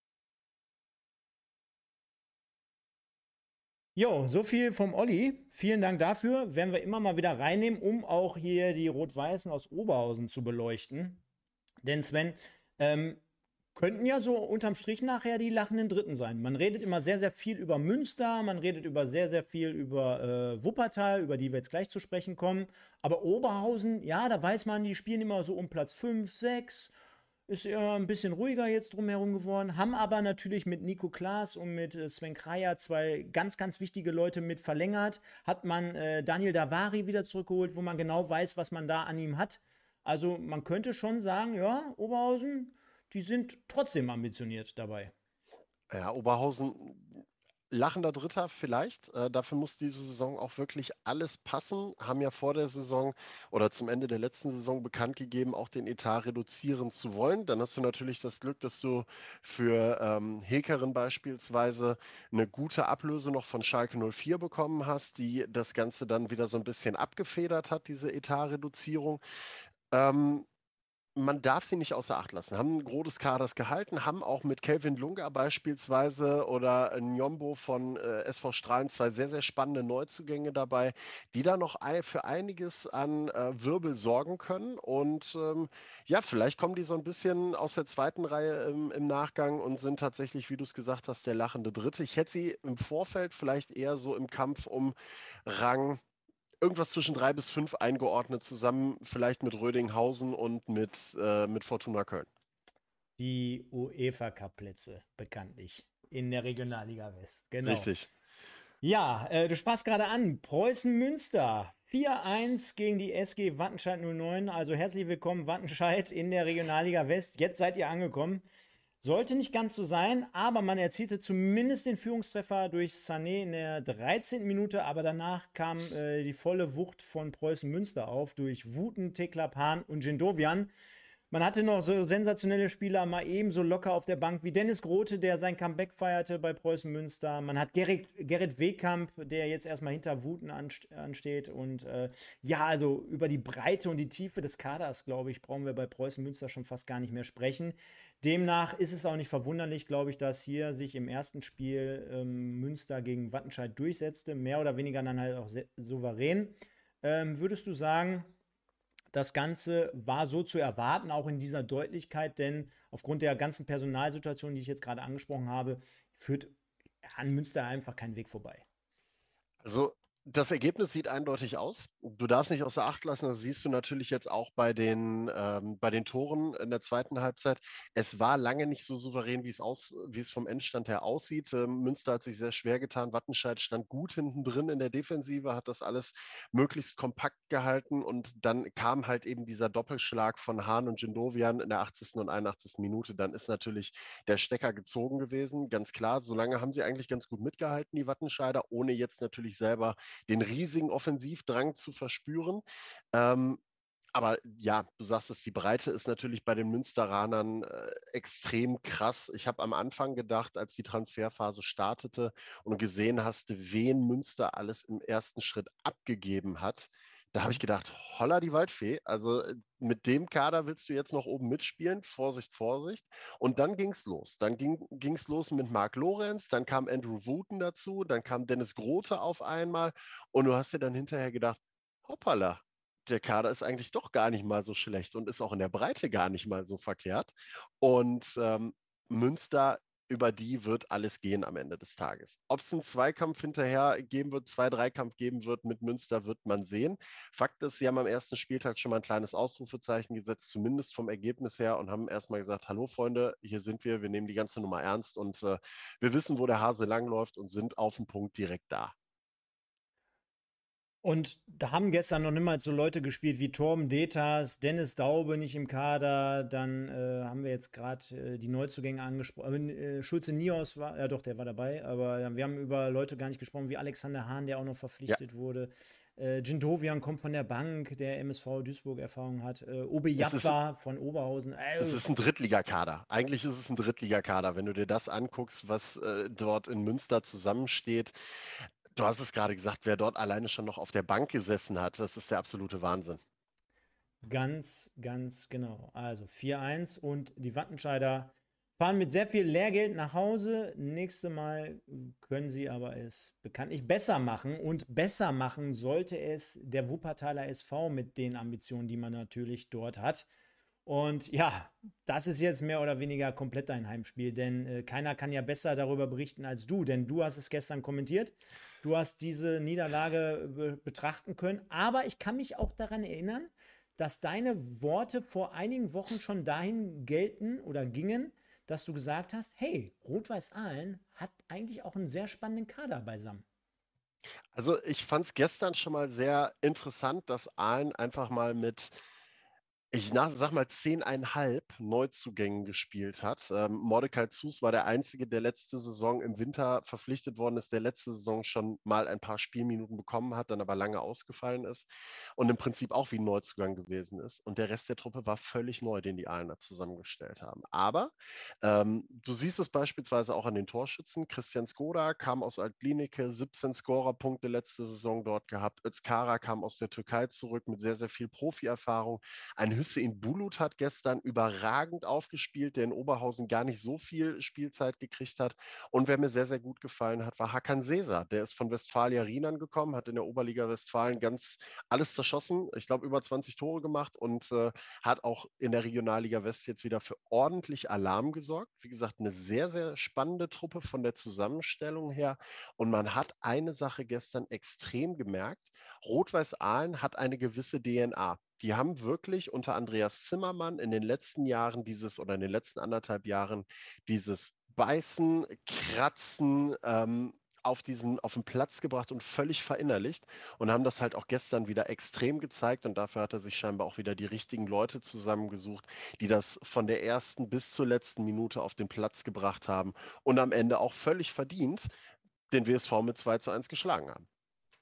Jo, so viel vom Olli. Vielen Dank dafür. Werden wir immer mal wieder reinnehmen, um auch hier die Rot-Weißen aus Oberhausen zu beleuchten. Denn Sven, könnten ja so unterm Strich nachher die lachenden Dritten sein. Man redet immer sehr, sehr viel über Münster, man redet sehr, sehr viel über Wuppertal, über die wir jetzt gleich zu sprechen kommen. Aber Oberhausen, ja, da weiß man, die spielen immer so um Platz 5, 6. Ist ja ein bisschen ruhiger jetzt drumherum geworden, haben aber natürlich mit Nico Klaas und mit Sven Kreier zwei ganz, ganz wichtige Leute mit verlängert. Hat man Daniel Davari wieder zurückgeholt, wo man genau weiß, was man da an ihm hat. Also man könnte schon sagen, ja, Oberhausen, die sind trotzdem ambitioniert dabei. Ja, Oberhausen, lachender Dritter vielleicht. Dafür muss diese Saison auch wirklich alles passen. Haben ja vor der Saison oder zum Ende der letzten Saison bekannt gegeben, auch den Etat reduzieren zu wollen. Dann hast du natürlich das Glück, dass du für Hekeren beispielsweise eine gute Ablöse noch von Schalke 04 bekommen hast, die das Ganze dann wieder so ein bisschen abgefedert hat, diese Etatreduzierung. Ähm, Man darf sie nicht außer Acht lassen. Haben ein großes Kaders gehalten, haben auch mit Kelvin Lunga beispielsweise oder Njombo von SV Strahlen zwei sehr, sehr spannende Neuzugänge dabei, die da noch für einiges an Wirbel sorgen können. Und ja, vielleicht kommen die so ein bisschen aus der zweiten Reihe im Nachgang und sind tatsächlich, wie du es gesagt hast, der lachende Dritte. Ich hätte sie im Vorfeld vielleicht eher so im Kampf um Rang irgendwas zwischen 3 bis 5 eingeordnet, zusammen vielleicht mit Rödinghausen und mit Fortuna Köln. Die UEFA-Cup-Plätze, bekanntlich, in der Regionalliga West. Genau. Richtig. Ja, du sprachst gerade an, Preußen Münster. 4-1 gegen die SG Wattenscheid 09. Also herzlich willkommen, Wattenscheid in der Regionalliga West. Jetzt seid ihr angekommen. Sollte nicht ganz so sein, aber man erzielte zumindest den Führungstreffer durch Sané in der 13. Minute, aber danach kam die volle Wucht von Preußen Münster auf durch Wuten, Tekla Pan und Jindovian. Man hatte noch so sensationelle Spieler mal ebenso locker auf der Bank wie Dennis Grote, der sein Comeback feierte bei Preußen Münster. Man hat Gerrit Wehkamp, der jetzt erstmal hinter Wuten ansteht. Und ja, also über die Breite und die Tiefe des Kaders, glaube ich, brauchen wir bei Preußen Münster schon fast gar nicht mehr sprechen. Demnach ist es auch nicht verwunderlich, glaube ich, dass hier sich im ersten Spiel Münster gegen Wattenscheid durchsetzte. Mehr oder weniger dann halt auch souverän. Würdest du sagen, das Ganze war so zu erwarten, auch in dieser Deutlichkeit, denn aufgrund der ganzen Personalsituation, die ich jetzt gerade angesprochen habe, führt an Münster einfach kein Weg vorbei. Also das Ergebnis sieht eindeutig aus. Du darfst nicht außer Acht lassen, das siehst du natürlich jetzt auch bei den Toren in der zweiten Halbzeit. Es war lange nicht so souverän, wie es vom Endstand her aussieht. Münster hat sich sehr schwer getan. Wattenscheid stand gut hinten drin in der Defensive, hat das alles möglichst kompakt gehalten und dann kam halt eben dieser Doppelschlag von Hahn und Jindovian in der 80. und 81. Minute. Dann ist natürlich der Stecker gezogen gewesen, ganz klar. Solange haben sie eigentlich ganz gut mitgehalten, die Wattenscheider, ohne jetzt natürlich selber den riesigen Offensivdrang zu verspüren. Ähm, aber ja, du sagst es, die Breite ist natürlich bei den Münsteranern extrem krass. Ich habe am Anfang gedacht, als die Transferphase startete und gesehen hast, wen Münster alles im ersten Schritt abgegeben hat, da habe ich gedacht, holla die Waldfee. Also mit dem Kader willst du jetzt noch oben mitspielen. Vorsicht, Vorsicht. Und dann ging es los. Dann ging es los mit Marc Lorenz, dann kam Andrew Wooten dazu, dann kam Dennis Grote auf einmal. Und du hast dir dann hinterher gedacht, hoppala, der Kader ist eigentlich doch gar nicht mal so schlecht und ist auch in der Breite gar nicht mal so verkehrt. Und Münster, über die wird alles gehen am Ende des Tages. Ob es einen Zweikampf hinterher geben wird, Zwei-Dreikampf geben wird mit Münster, wird man sehen. Fakt ist, sie haben am ersten Spieltag schon mal ein kleines Ausrufezeichen gesetzt, zumindest vom Ergebnis her, und haben erstmal gesagt, hallo Freunde, hier sind wir nehmen die ganze Nummer ernst und wir wissen, wo der Hase langläuft und sind auf den Punkt direkt da. Und da haben gestern noch niemals so Leute gespielt wie Torben Detas, Dennis Daube nicht im Kader. Dann haben wir jetzt gerade die Neuzugänge angesprochen. Schulze Nios war, ja doch, der war dabei. Aber wir haben über Leute gar nicht gesprochen, wie Alexander Hahn, der auch noch Ja, verpflichtet wurde. Jindovian kommt von der Bank, der MSV Duisburg Erfahrung hat. Obe es ist, Japfa von Oberhausen. es ist ein Drittligakader. Eigentlich ist es ein Drittligakader. Wenn du dir das anguckst, was dort in Münster zusammensteht. Du hast es gerade gesagt, wer dort alleine schon noch auf der Bank gesessen hat, das ist der absolute Wahnsinn. Ganz, ganz genau. Also 4-1 und die Wattenscheider fahren mit sehr viel Lehrgeld nach Hause. Nächstes Mal können sie aber es bekanntlich besser machen und besser machen sollte es der Wuppertaler SV mit den Ambitionen, die man natürlich dort hat. Und ja, das ist jetzt mehr oder weniger komplett dein Heimspiel, denn keiner kann ja besser darüber berichten als du, denn du hast es gestern kommentiert. Du hast diese Niederlage betrachten können, aber ich kann mich auch daran erinnern, dass deine Worte vor einigen Wochen schon dahin gelten oder gingen, dass du gesagt hast, hey, Rot-Weiß Aalen hat eigentlich auch einen sehr spannenden Kader beisammen. Also ich fand es gestern schon mal sehr interessant, dass Aalen einfach mal mit sag mal 10,5 Neuzugängen gespielt hat. Mordecai Zus war der Einzige, der letzte Saison im Winter verpflichtet worden ist, der letzte Saison schon mal ein paar Spielminuten bekommen hat, dann aber lange ausgefallen ist und im Prinzip auch wie ein Neuzugang gewesen ist. Und der Rest der Truppe war völlig neu, den die Aalener zusammengestellt haben. Aber du siehst es beispielsweise auch an den Torschützen. Christian Skoda kam aus Altlinike, 17 Scorerpunkte letzte Saison dort gehabt. Özkara kam aus der Türkei zurück mit sehr, sehr viel Profi-Erfahrung. Ein Hüseyin Bulut hat gestern überragend aufgespielt, der in Oberhausen gar nicht so viel Spielzeit gekriegt hat. Und wer mir sehr, sehr gut gefallen hat, war Hakan Seser. Der ist von Westfalia Rienan gekommen, hat in der Oberliga Westfalen ganz alles zerschossen. Ich glaube, über 20 Tore gemacht und hat auch in der Regionalliga West jetzt wieder für ordentlich Alarm gesorgt. Wie gesagt, eine sehr, sehr spannende Truppe von der Zusammenstellung her. Und man hat eine Sache gestern extrem gemerkt. Rot-Weiß Aalen hat eine gewisse DNA. Die haben wirklich unter Andreas Zimmermann in den letzten Jahren oder in den letzten 1,5 Jahren dieses Beißen, Kratzen, auf den Platz gebracht und völlig verinnerlicht und haben das halt auch gestern wieder extrem gezeigt und dafür hat er sich scheinbar auch wieder die richtigen Leute zusammengesucht, die das von der ersten bis zur letzten Minute auf den Platz gebracht haben und am Ende auch völlig verdient den WSV mit 2:1 geschlagen haben.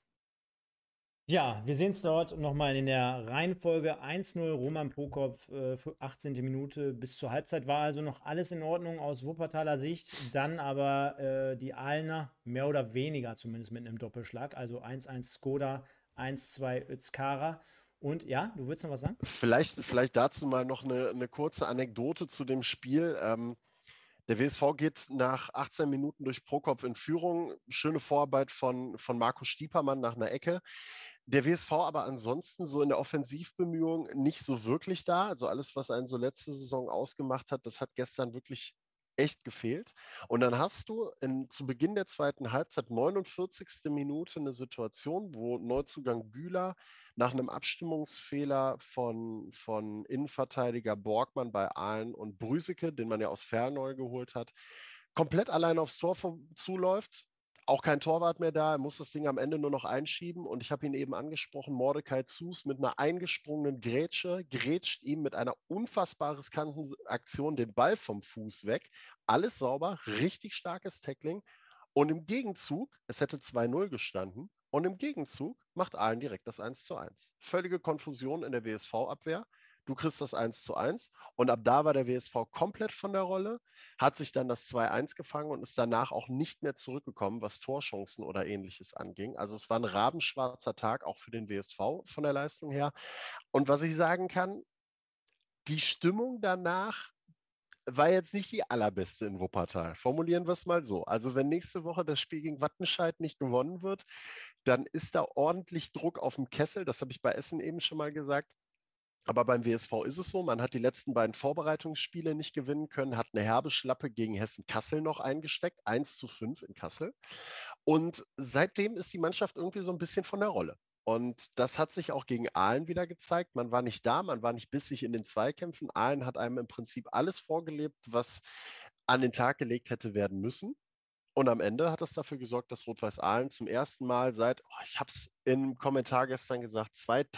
Ja, wir sehen es dort nochmal in der Reihenfolge 1:0 Roman Prokop, für 18. Minute bis zur Halbzeit war also noch alles in Ordnung aus Wuppertaler Sicht. Dann aber die Aalener mehr oder weniger zumindest mit einem Doppelschlag. Also 1:1 Skoda, 1:2 Özkara. Und ja, du würdest noch was sagen? Vielleicht dazu mal noch eine kurze Anekdote zu dem Spiel. Der WSV geht nach 18 Minuten durch Prokop in Führung. Schöne Vorarbeit von Marco Stiepermann nach einer Ecke. Der WSV aber ansonsten so in der Offensivbemühung nicht so wirklich da. Also alles, was einen so letzte Saison ausgemacht hat, das hat gestern wirklich echt gefehlt. Und dann hast du zu Beginn der zweiten Halbzeit, 49. Minute, eine Situation, wo Neuzugang Güler nach einem Abstimmungsfehler von Innenverteidiger Borgmann bei Aalen und Brüseke, den man ja aus Ferneu geholt hat, komplett allein aufs Tor zuläuft. Auch kein Torwart mehr da, er muss das Ding am Ende nur noch einschieben. Und ich habe ihn eben angesprochen, Mordecai Zus mit einer eingesprungenen Grätsche, grätscht ihm mit einer unfassbar riskanten Aktion den Ball vom Fuß weg. Alles sauber, richtig starkes Tackling. Und im Gegenzug, es hätte 2:0 gestanden, und im Gegenzug macht Aalen direkt das 1:1. Völlige Konfusion in der WSV-Abwehr. Du kriegst das 1:1 und ab da war der WSV komplett von der Rolle, hat sich dann das 2:1 gefangen und ist danach auch nicht mehr zurückgekommen, was Torchancen oder ähnliches anging. Also es war ein rabenschwarzer Tag auch für den WSV von der Leistung her. Und was ich sagen kann, die Stimmung danach war jetzt nicht die allerbeste in Wuppertal. Formulieren wir es mal so. Also wenn nächste Woche das Spiel gegen Wattenscheid nicht gewonnen wird, dann ist da ordentlich Druck auf dem Kessel. Das habe ich bei Essen eben schon mal gesagt. Aber beim WSV ist es so, man hat die letzten beiden Vorbereitungsspiele nicht gewinnen können, hat eine herbe Schlappe gegen Hessen-Kassel noch eingesteckt, 1:5 in Kassel. Und seitdem ist die Mannschaft irgendwie so ein bisschen von der Rolle. Und das hat sich auch gegen Aalen wieder gezeigt. Man war nicht da, man war nicht bissig in den Zweikämpfen. Aalen hat einem im Prinzip alles vorgelebt, was an den Tag gelegt hätte werden müssen. Und am Ende hat das dafür gesorgt, dass Rot-Weiß Aalen zum ersten Mal seit, ich habe es im Kommentar gestern gesagt,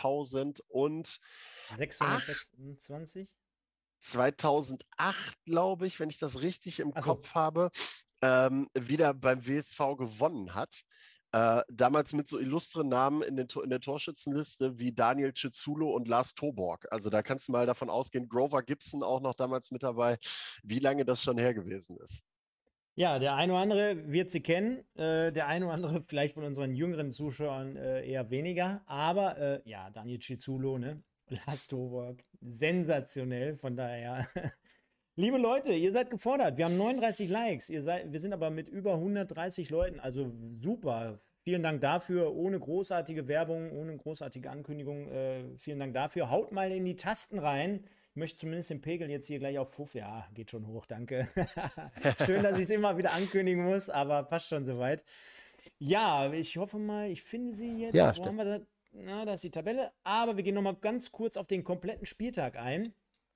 626? 2008, glaube ich, wenn ich das richtig im Achso, Kopf habe, wieder beim WSV gewonnen hat. Damals mit so illustren Namen in der Torschützenliste wie Daniel Chizulo und Lars Toborg. Also da kannst du mal davon ausgehen, Grover Gibson auch noch damals mit dabei, wie lange das schon her gewesen ist. ja, der eine oder andere wird sie kennen, der eine oder andere vielleicht von unseren jüngeren Zuschauern eher weniger. Aber ja, Daniel Chizulo, ne? Lars Toborg, sensationell. Von daher, liebe Leute, ihr seid gefordert. Wir haben 39 Likes. Wir sind aber mit über 130 Leuten, also super. Vielen Dank dafür, ohne großartige Werbung, ohne großartige Ankündigung. Vielen Dank dafür. Haut mal in die Tasten rein. Ich möchte zumindest den Pegel jetzt hier gleich auf 5. Ja, geht schon hoch, danke. Schön, dass ich es immer wieder ankündigen muss, aber passt schon soweit. Ja, ich hoffe mal, ich finde sie Ja, jetzt. Wo haben Steff wir das? Na, da ist die Tabelle. Aber wir gehen nochmal ganz kurz auf den kompletten Spieltag ein.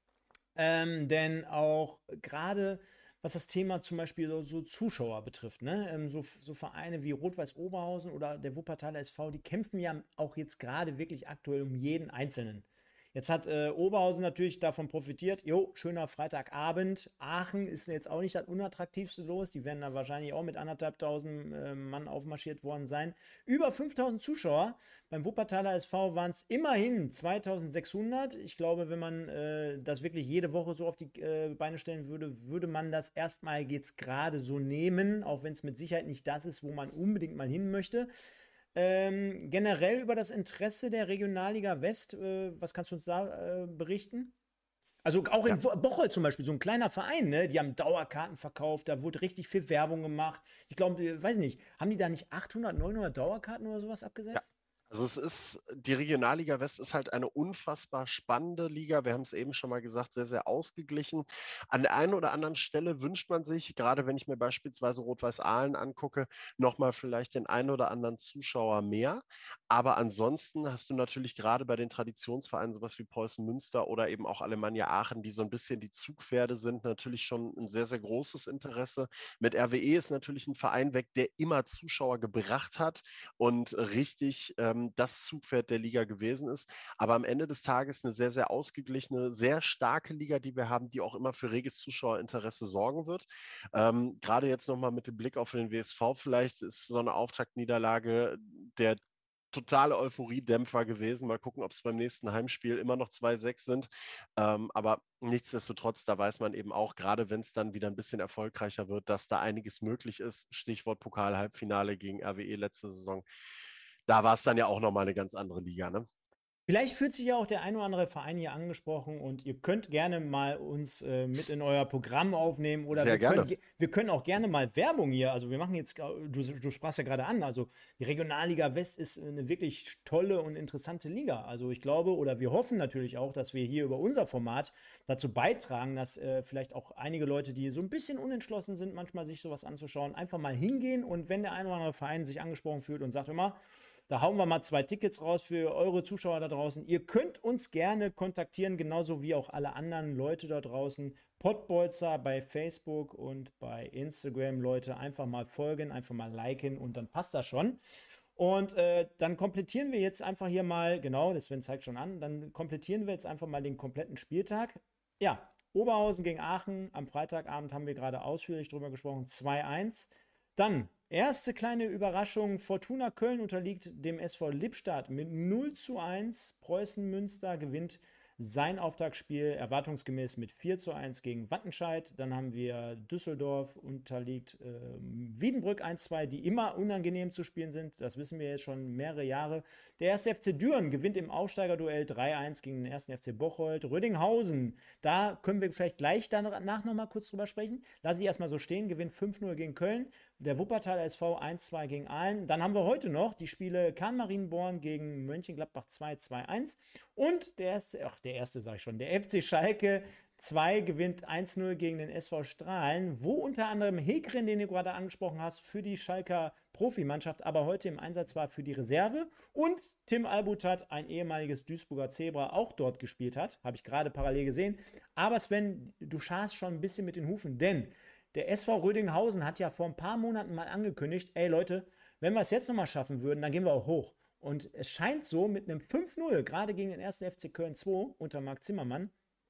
Denn auch gerade was das Thema zum Beispiel so Zuschauer betrifft, ne? So Vereine wie Rot-Weiß Oberhausen oder der Wuppertaler SV, die kämpfen ja auch jetzt gerade wirklich aktuell um jeden Einzelnen. Jetzt hat Oberhausen natürlich davon profitiert. Jo, schöner Freitagabend. Aachen ist jetzt auch nicht das unattraktivste Los. Die werden da wahrscheinlich auch mit 1.500 Mann aufmarschiert worden sein. Über 5.000 Zuschauer. Beim Wuppertaler SV waren es immerhin 2.600. Ich glaube, wenn man das wirklich jede Woche so auf die Beine stellen würde, würde man das erstmal jetzt gerade so nehmen, auch wenn es mit Sicherheit nicht das ist, wo man unbedingt mal hin möchte. Generell über das Interesse der Regionalliga West, was kannst du uns da berichten? Also auch Ja. in Bocholt zum Beispiel, so ein kleiner Verein, ne? Die haben Dauerkarten verkauft, da wurde richtig viel Werbung gemacht. Ich glaube, weiß nicht, haben die da nicht 800, 900 Dauerkarten oder sowas Ja. abgesetzt? Also die Regionalliga West ist halt eine unfassbar spannende Liga. Wir haben es eben schon mal gesagt, sehr, sehr ausgeglichen. An der einen oder anderen Stelle wünscht man sich, gerade wenn ich mir beispielsweise Rot-Weiß Aalen angucke, nochmal vielleicht den einen oder anderen Zuschauer mehr. Aber ansonsten hast du natürlich gerade bei den Traditionsvereinen, sowas wie Preußen Münster oder eben auch Alemannia Aachen, die so ein bisschen die Zugpferde sind, natürlich schon ein sehr, sehr großes Interesse. Mit RWE ist natürlich ein Verein weg, der immer Zuschauer gebracht hat und richtig das Zugpferd der Liga gewesen ist. Aber am Ende des Tages eine sehr, sehr ausgeglichene, sehr starke Liga, die wir haben, die auch immer für reges Zuschauerinteresse sorgen wird. Gerade jetzt nochmal mit dem Blick auf den WSV vielleicht ist so eine Auftaktniederlage der totale Euphoriedämpfer gewesen. Mal gucken, ob es beim nächsten Heimspiel immer noch 2-6 sind. Aber nichtsdestotrotz, da weiß man eben auch, gerade wenn es dann wieder ein bisschen erfolgreicher wird, dass da einiges möglich ist. Stichwort Pokal-Halbfinale gegen RWE letzte Saison. Da war es dann ja auch nochmal eine ganz andere Liga, ne? Vielleicht fühlt sich ja auch der ein oder andere Verein hier angesprochen und ihr könnt gerne mal uns mit in euer Programm aufnehmen oder Sehr gerne. wir können auch gerne mal Werbung hier, also wir machen jetzt, du sprachst ja gerade an, also die Regionalliga West ist eine wirklich tolle und interessante Liga. Also ich glaube oder wir hoffen natürlich auch, dass wir hier über unser Format dazu beitragen, dass vielleicht auch einige Leute, die so ein bisschen unentschlossen sind, manchmal sich sowas anzuschauen, einfach mal hingehen und wenn der ein oder andere Verein sich angesprochen fühlt und sagt immer, da hauen wir mal 2 Tickets raus für eure Zuschauer da draußen. Ihr könnt uns gerne kontaktieren, genauso wie auch alle anderen Leute da draußen. Pottbolzer bei Facebook und bei Instagram, Leute, einfach mal folgen, einfach mal liken und dann passt das schon. Und dann komplettieren wir jetzt einfach hier mal, genau, der Sven zeigt schon an, dann komplettieren wir jetzt einfach mal den kompletten Spieltag. Ja, Oberhausen gegen Aachen am Freitagabend haben wir gerade ausführlich drüber gesprochen, 2-1. Dann erste kleine Überraschung: Fortuna Köln unterliegt dem SV Lippstadt mit 0-1. Preußen Münster gewinnt sein Auftaktspiel erwartungsgemäß mit 4-1 gegen Wattenscheid. Dann haben wir Düsseldorf unterliegt Wiedenbrück 1-2, die immer unangenehm zu spielen sind. Das wissen wir jetzt schon mehrere Jahre. Der erste FC Düren gewinnt im Aufsteigerduell 3-1 gegen den ersten FC Bocholt. Rödinghausen, da können wir vielleicht gleich danach nochmal kurz drüber sprechen. Lass ich erstmal so stehen, gewinnt 5-0 gegen Köln. Der Wuppertaler SV 1-2 gegen Aalen. Dann haben wir heute noch die Spiele Kahn-Marienborn gegen Mönchengladbach 2-2-1. Und der FC Schalke 2 gewinnt 1-0 gegen den SV Strahlen, wo unter anderem Hegren, den du gerade angesprochen hast, für die Schalker Profimannschaft, aber heute im Einsatz war für die Reserve. Und Tim Albutat, ein ehemaliges Duisburger Zebra, auch dort gespielt hat. Habe ich gerade parallel gesehen. Aber Sven, du scharst schon ein bisschen mit den Hufen, denn der SV Rödinghausen hat ja vor ein paar Monaten mal angekündigt, ey Leute, wenn wir es jetzt nochmal schaffen würden, dann gehen wir auch hoch. Und es scheint so mit einem 5-0, gerade gegen den 1. FC Köln 2 unter Marc Zimmermann,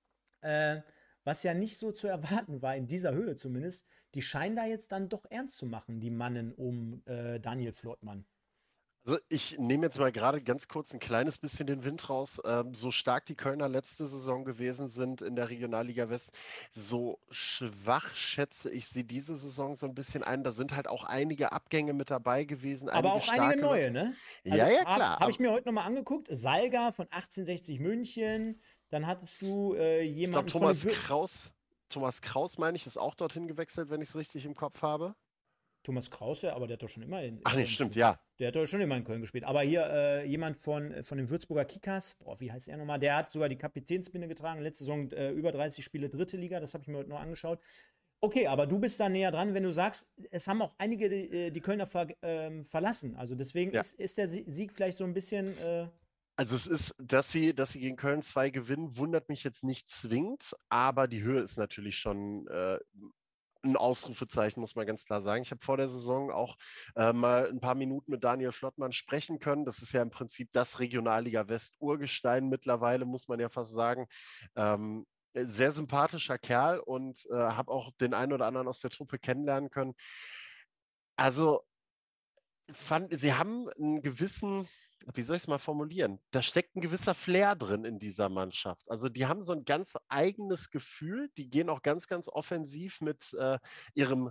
was ja nicht so zu erwarten war, in dieser Höhe zumindest, die scheinen da jetzt dann doch ernst zu machen, die Mannen um Daniel Flortmann. Also ich nehme jetzt mal gerade ganz kurz ein kleines bisschen den Wind raus. So stark die Kölner letzte Saison gewesen sind in der Regionalliga West, so schwach schätze ich sie diese Saison so ein bisschen ein. Da sind halt auch einige Abgänge mit dabei gewesen, Aber einige auch einige starke neue, Leute. ne? Ja, Also ja, klar. hab ich mir heute nochmal angeguckt. Salga von 1860 München. Dann hattest du Ich glaube, jemanden von den Thomas Kraus meine ich, ist auch dorthin gewechselt, wenn ich es richtig im Kopf habe. Thomas Krause, aber der hat doch schon immer in Ach nee, Köln stimmt, gespielt. ja. Der hat doch schon immer in Köln gespielt. Aber hier jemand von den Würzburger Kickers, boah, wie heißt er nochmal? Der hat sogar die Kapitänsbinde getragen. Letzte Saison über 30 Spiele dritte Liga, das habe ich mir heute noch angeschaut. Okay, aber du bist da näher dran, wenn du sagst, es haben auch einige die Kölner verlassen. Also deswegen Ja. ist der Sieg vielleicht so ein bisschen. Also es ist, dass sie gegen Köln 2 gewinnen, wundert mich jetzt nicht zwingend, aber die Höhe ist natürlich schon ein Ausrufezeichen, muss man ganz klar sagen. Ich habe vor der Saison auch mal ein paar Minuten mit Daniel Flottmann sprechen können. Das ist ja im Prinzip das Regionalliga West Urgestein mittlerweile, muss man ja fast sagen. Sehr sympathischer Kerl und habe auch den einen oder anderen aus der Truppe kennenlernen können. Also sie haben einen gewissen, wie soll ich es mal formulieren? Da steckt ein gewisser Flair drin in dieser Mannschaft. Also die haben so ein ganz eigenes Gefühl. Die gehen auch ganz, ganz offensiv mit ihrem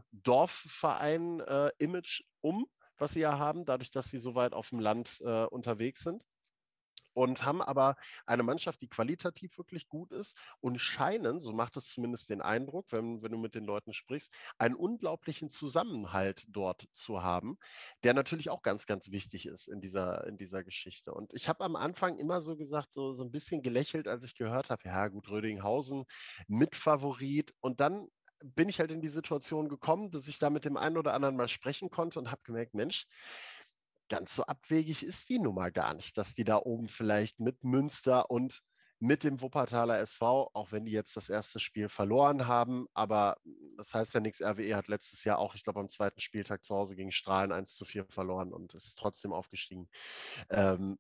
Dorfverein-Image was sie ja haben, dadurch, dass sie so weit auf dem Land unterwegs sind. Und haben aber eine Mannschaft, die qualitativ wirklich gut ist und scheinen, so macht es zumindest den Eindruck, wenn du mit den Leuten sprichst, einen unglaublichen Zusammenhalt dort zu haben, der natürlich auch ganz, ganz wichtig ist in dieser Geschichte. Und ich habe am Anfang immer so gesagt, so ein bisschen gelächelt, als ich gehört habe, ja gut, Rödinghausen Mitfavorit. Und dann bin ich halt in die Situation gekommen, dass ich da mit dem einen oder anderen mal sprechen konnte und habe gemerkt, Mensch, ganz so abwegig ist die Nummer gar nicht, dass die da oben vielleicht mit Münster und mit dem Wuppertaler SV, auch wenn die jetzt das erste Spiel verloren haben, aber das heißt ja nichts, RWE hat letztes Jahr auch, ich glaube, am zweiten Spieltag zu Hause gegen Strahlen 1:4 verloren und ist trotzdem aufgestiegen. Ähm,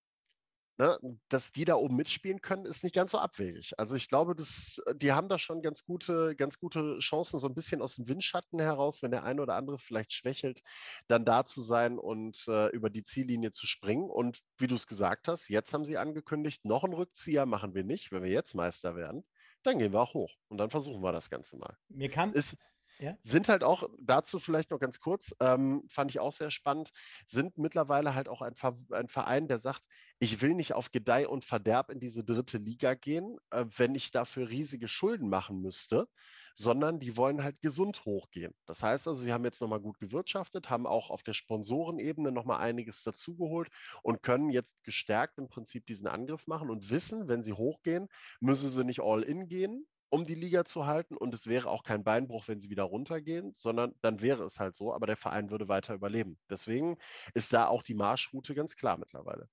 ne, dass die da oben mitspielen können, ist nicht ganz so abwegig. Also ich glaube, die haben da schon ganz gute Chancen, so ein bisschen aus dem Windschatten heraus, wenn der eine oder andere vielleicht schwächelt, dann da zu sein und über die Ziellinie zu springen. Und wie du es gesagt hast, jetzt haben sie angekündigt, noch einen Rückzieher machen wir nicht. Wenn wir jetzt Meister werden, dann gehen wir auch hoch. Und dann versuchen wir das Ganze mal. Mir kam. Ist, Ja? sind halt auch, dazu vielleicht noch ganz kurz, fand ich auch sehr spannend, sind mittlerweile halt auch ein Verein, der sagt, ich will nicht auf Gedeih und Verderb in diese dritte Liga gehen, wenn ich dafür riesige Schulden machen müsste, sondern die wollen halt gesund hochgehen. Das heißt also, sie haben jetzt nochmal gut gewirtschaftet, haben auch auf der Sponsorenebene nochmal einiges dazugeholt und können jetzt gestärkt im Prinzip diesen Angriff machen und wissen, wenn sie hochgehen, müssen sie nicht all in gehen, um die Liga zu halten, und es wäre auch kein Beinbruch, wenn sie wieder runtergehen, sondern dann wäre es halt so, aber der Verein würde weiter überleben. Deswegen ist da auch die Marschroute ganz klar mittlerweile.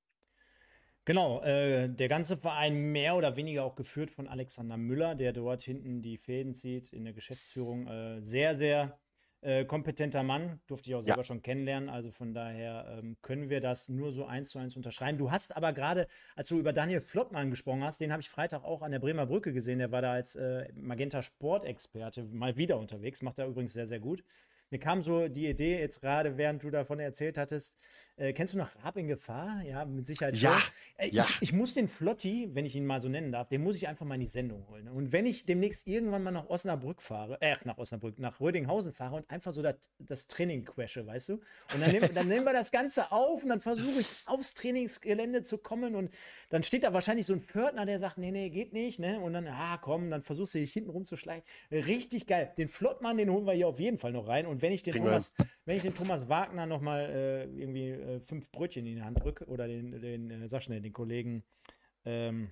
Genau, der ganze Verein mehr oder weniger auch geführt von Alexander Müller, der dort hinten die Fäden zieht in der Geschäftsführung. Sehr, sehr kompetenter Mann, durfte ich auch Ja, selber schon kennenlernen. Also von daher können wir das nur so 1:1 unterschreiben. Du hast aber gerade, als du über Daniel Flottmann gesprochen hast, den habe ich Freitag auch an der Bremer Brücke gesehen. Der war da als Magenta Sportexperte mal wieder unterwegs. Macht er übrigens sehr, sehr gut. Mir kam so die Idee jetzt gerade, während du davon erzählt hattest. Kennst du noch Raab in Gefahr? Ja, mit Sicherheit ja, schon. ja. Ich muss den Flotti, wenn ich ihn mal so nennen darf, den muss ich einfach mal in die Sendung holen. Und wenn ich demnächst irgendwann mal nach Osnabrück fahre, nach Osnabrück, nach Rödinghausen fahre und einfach so das Training crashe, weißt du? Und dann nehmen wir das Ganze auf und dann versuche ich aufs Trainingsgelände zu kommen und dann steht da wahrscheinlich so ein Pförtner, der sagt, nee, nee, geht nicht, ne? Und dann, komm, dann versuchst du dich hinten rumzuschleichen. Richtig geil. Den Flottmann, den holen wir hier auf jeden Fall noch rein. Und wenn ich den Kriegen wir hin. Thomas Wagner noch mal irgendwie 5 Brötchen in die Hand drücke oder sag schnell, den Kollegen, ähm,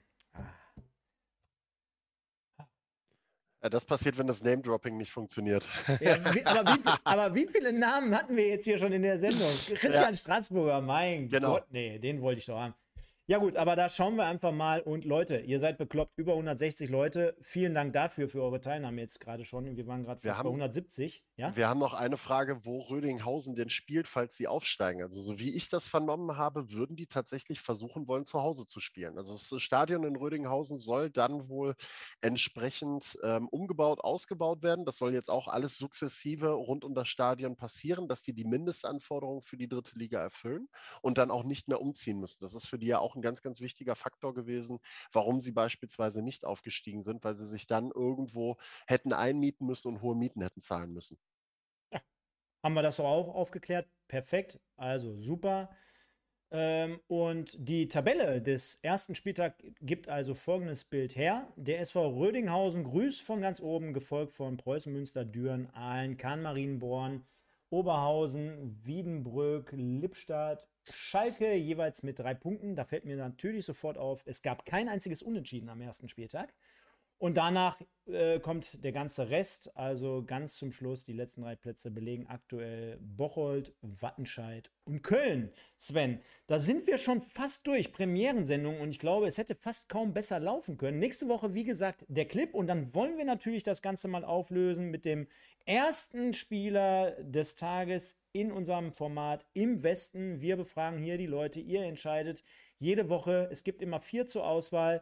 Ja, das passiert, wenn das Name-Dropping nicht funktioniert. ja, aber wie viele Namen hatten wir jetzt hier schon in der Sendung? Ja, Christian Straßburger, mein genau. Gott, nee, den wollte ich doch haben. Ja gut, aber da schauen wir einfach mal. Und Leute, ihr seid bekloppt, über 160 Leute. Vielen Dank dafür, für eure Teilnahme jetzt gerade schon. Wir waren gerade Wir fast bei haben 170, ja? Wir haben noch eine Frage, wo Rödinghausen denn spielt, falls sie aufsteigen. Also so wie ich das vernommen habe, würden die tatsächlich versuchen wollen, zu Hause zu spielen. Also das Stadion in Rödinghausen soll dann wohl entsprechend umgebaut, ausgebaut werden. Das soll jetzt auch alles sukzessive rund um das Stadion passieren, dass die Mindestanforderungen für die dritte Liga erfüllen und dann auch nicht mehr umziehen müssen. Das ist für die ja auch ein ganz, ganz wichtiger Faktor gewesen, warum sie beispielsweise nicht aufgestiegen sind, weil sie sich dann irgendwo hätten einmieten müssen und hohe Mieten hätten zahlen müssen. Haben wir das auch aufgeklärt? Perfekt, also super. Und die Tabelle des ersten Spieltags gibt also folgendes Bild her. Der SV Rödinghausen grüßt von ganz oben, gefolgt von Preußen Münster, Düren, Aalen, Kahn-Marienborn Oberhausen, Wiedenbrück, Lippstadt, Schalke jeweils mit 3 Punkten. Da fällt mir natürlich sofort auf, es gab kein einziges Unentschieden am ersten Spieltag. Und danach kommt der ganze Rest, also ganz zum Schluss, die letzten 3 Plätze belegen aktuell Bocholt, Wattenscheid und Köln. Sven, da sind wir schon fast durch, Premierensendung, und ich glaube, es hätte fast kaum besser laufen können. Nächste Woche, wie gesagt, der Clip, und dann wollen wir natürlich das Ganze mal auflösen mit dem ersten Spieler des Tages in unserem Format im Westen. Wir befragen hier die Leute, ihr entscheidet jede Woche, es gibt immer 4 zur Auswahl.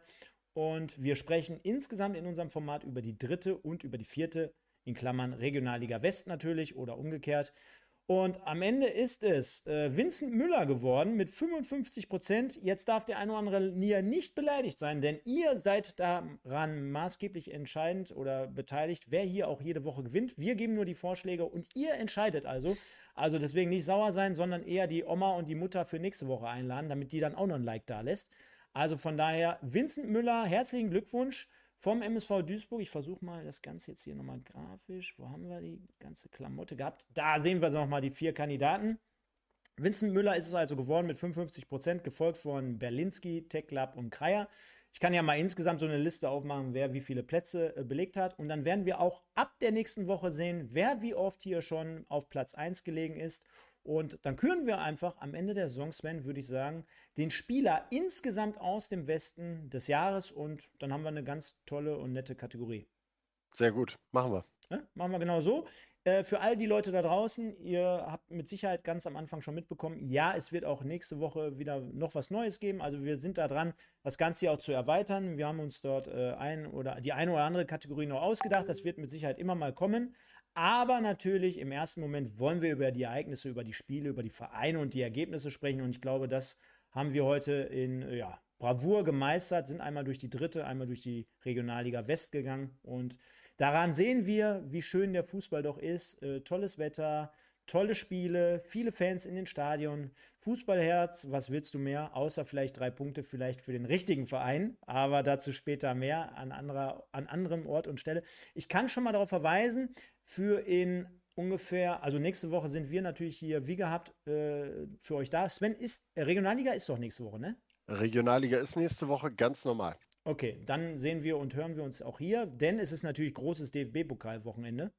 Und wir sprechen insgesamt in unserem Format über die 3. und über die 4. in Klammern Regionalliga West natürlich oder umgekehrt. Und am Ende ist es Vincent Müller geworden mit 55%. Jetzt darf der eine oder andere hier nicht beleidigt sein, denn ihr seid daran maßgeblich entscheidend oder beteiligt, wer hier auch jede Woche gewinnt. Wir geben nur die Vorschläge und ihr entscheidet also. Also deswegen nicht sauer sein, sondern eher die Oma und die Mutter für nächste Woche einladen, damit die dann auch noch ein Like da lässt. Also von daher, Vincent Müller, herzlichen Glückwunsch vom MSV Duisburg. Ich versuche mal das Ganze jetzt hier nochmal grafisch. Wo haben wir die ganze Klamotte gehabt? Da sehen wir nochmal die 4 Kandidaten. Vincent Müller ist es also geworden mit 55%, gefolgt von Berlinski, Tech-Lab und Kreier. Ich kann ja mal insgesamt so eine Liste aufmachen, wer wie viele Plätze belegt hat. Und dann werden wir auch ab der nächsten Woche sehen, wer wie oft hier schon auf Platz 1 gelegen ist. Und dann küren wir einfach am Ende der Saison, Sven, würde ich sagen, den Spieler insgesamt aus dem Westen des Jahres, und dann haben wir eine ganz tolle und nette Kategorie. Sehr gut, machen wir. Ja, machen wir genau so. Für all die Leute da draußen, ihr habt mit Sicherheit ganz am Anfang schon mitbekommen, ja, es wird auch nächste Woche wieder noch was Neues geben. Also wir sind da dran, das Ganze hier auch zu erweitern. Wir haben uns dort die eine oder andere Kategorie noch ausgedacht. Das wird mit Sicherheit immer mal kommen. Aber natürlich im ersten Moment wollen wir über die Ereignisse, über die Spiele, über die Vereine und die Ergebnisse sprechen. Und ich glaube, das haben wir heute in Bravour gemeistert, sind einmal durch die 3., einmal durch die Regionalliga West gegangen. Und daran sehen wir, wie schön der Fußball doch ist. Tolles Wetter, tolle Spiele, viele Fans in den Stadien. Fußballherz, was willst du mehr? Außer vielleicht 3 Punkte vielleicht für den richtigen Verein. Aber dazu später mehr an anderem Ort und Stelle. Ich kann schon mal darauf verweisen, für in ungefähr, also nächste Woche sind wir natürlich hier wie gehabt für euch da. Sven, Regionalliga ist doch nächste Woche, ne? Regionalliga ist nächste Woche ganz normal. Okay, dann sehen wir und hören wir uns auch hier, denn es ist natürlich großes DFB-Pokal-Wochenende.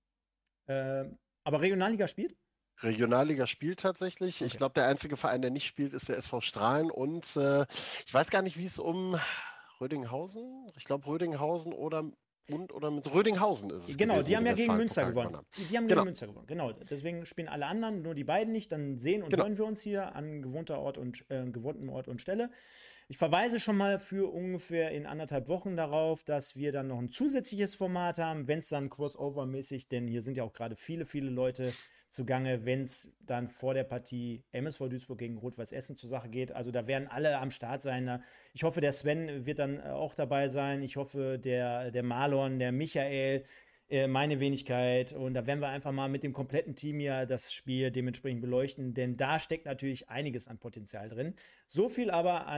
Aber Regionalliga spielt? Regionalliga spielt tatsächlich. Okay. Ich glaube, der einzige Verein, der nicht spielt, ist der SV Strahlen. Und ich weiß gar nicht, wie es um Rödinghausen, ich glaube Rödinghausen oder mit Rödinghausen ist es. Genau, gewesen, die haben ja gegen Münster gewonnen. Die haben gegen Münster gewonnen, genau. Deswegen spielen alle anderen, nur die beiden nicht. Dann sehen und hören wir uns hier an gewohntem Ort und Stelle. Ich verweise schon mal für ungefähr in 1,5 Wochen darauf, dass wir dann noch ein zusätzliches Format haben, wenn es dann crossover-mäßig, denn hier sind ja auch gerade viele, viele Leute zugange, wenn es dann vor der Partie MSV Duisburg gegen Rot-Weiß Essen zur Sache geht. Also da werden alle am Start sein. Ich hoffe, der Sven wird dann auch dabei sein. Ich hoffe, der Marlon, der Michael, meine Wenigkeit. Und da werden wir einfach mal mit dem kompletten Team ja das Spiel dementsprechend beleuchten, denn da steckt natürlich einiges an Potenzial drin. So viel aber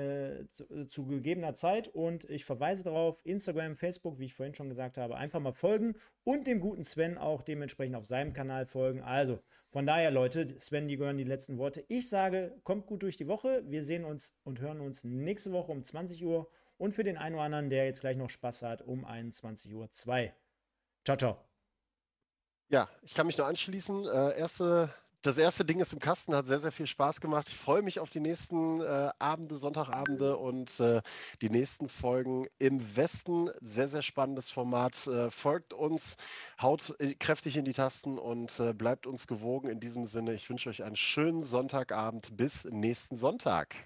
zu gegebener Zeit, und ich verweise darauf, Instagram, Facebook, wie ich vorhin schon gesagt habe, einfach mal folgen und dem guten Sven auch dementsprechend auf seinem Kanal folgen. Also von daher, Leute, Sven, die gehören die letzten Worte. Ich sage, kommt gut durch die Woche. Wir sehen uns und hören uns nächste Woche um 20 Uhr und für den einen oder anderen, der jetzt gleich noch Spaß hat, um 21:02 Uhr. Ciao, ciao. Ja, ich kann mich nur anschließen. Das erste Ding ist im Kasten, hat sehr, sehr viel Spaß gemacht. Ich freue mich auf die nächsten Sonntagabende und die nächsten Folgen im Westen. Sehr, sehr spannendes Format. Folgt uns, haut kräftig in die Tasten und bleibt uns gewogen. In diesem Sinne, ich wünsche euch einen schönen Sonntagabend. Bis nächsten Sonntag.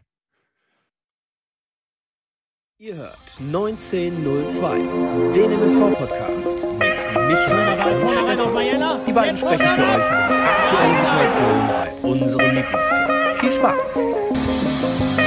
Ihr hört 1902, den MSV-Podcast mit Michael und Stefan. Die beiden sprechen für euch über die aktuelle Situation bei unserem Lieblingsclub. Viel Spaß!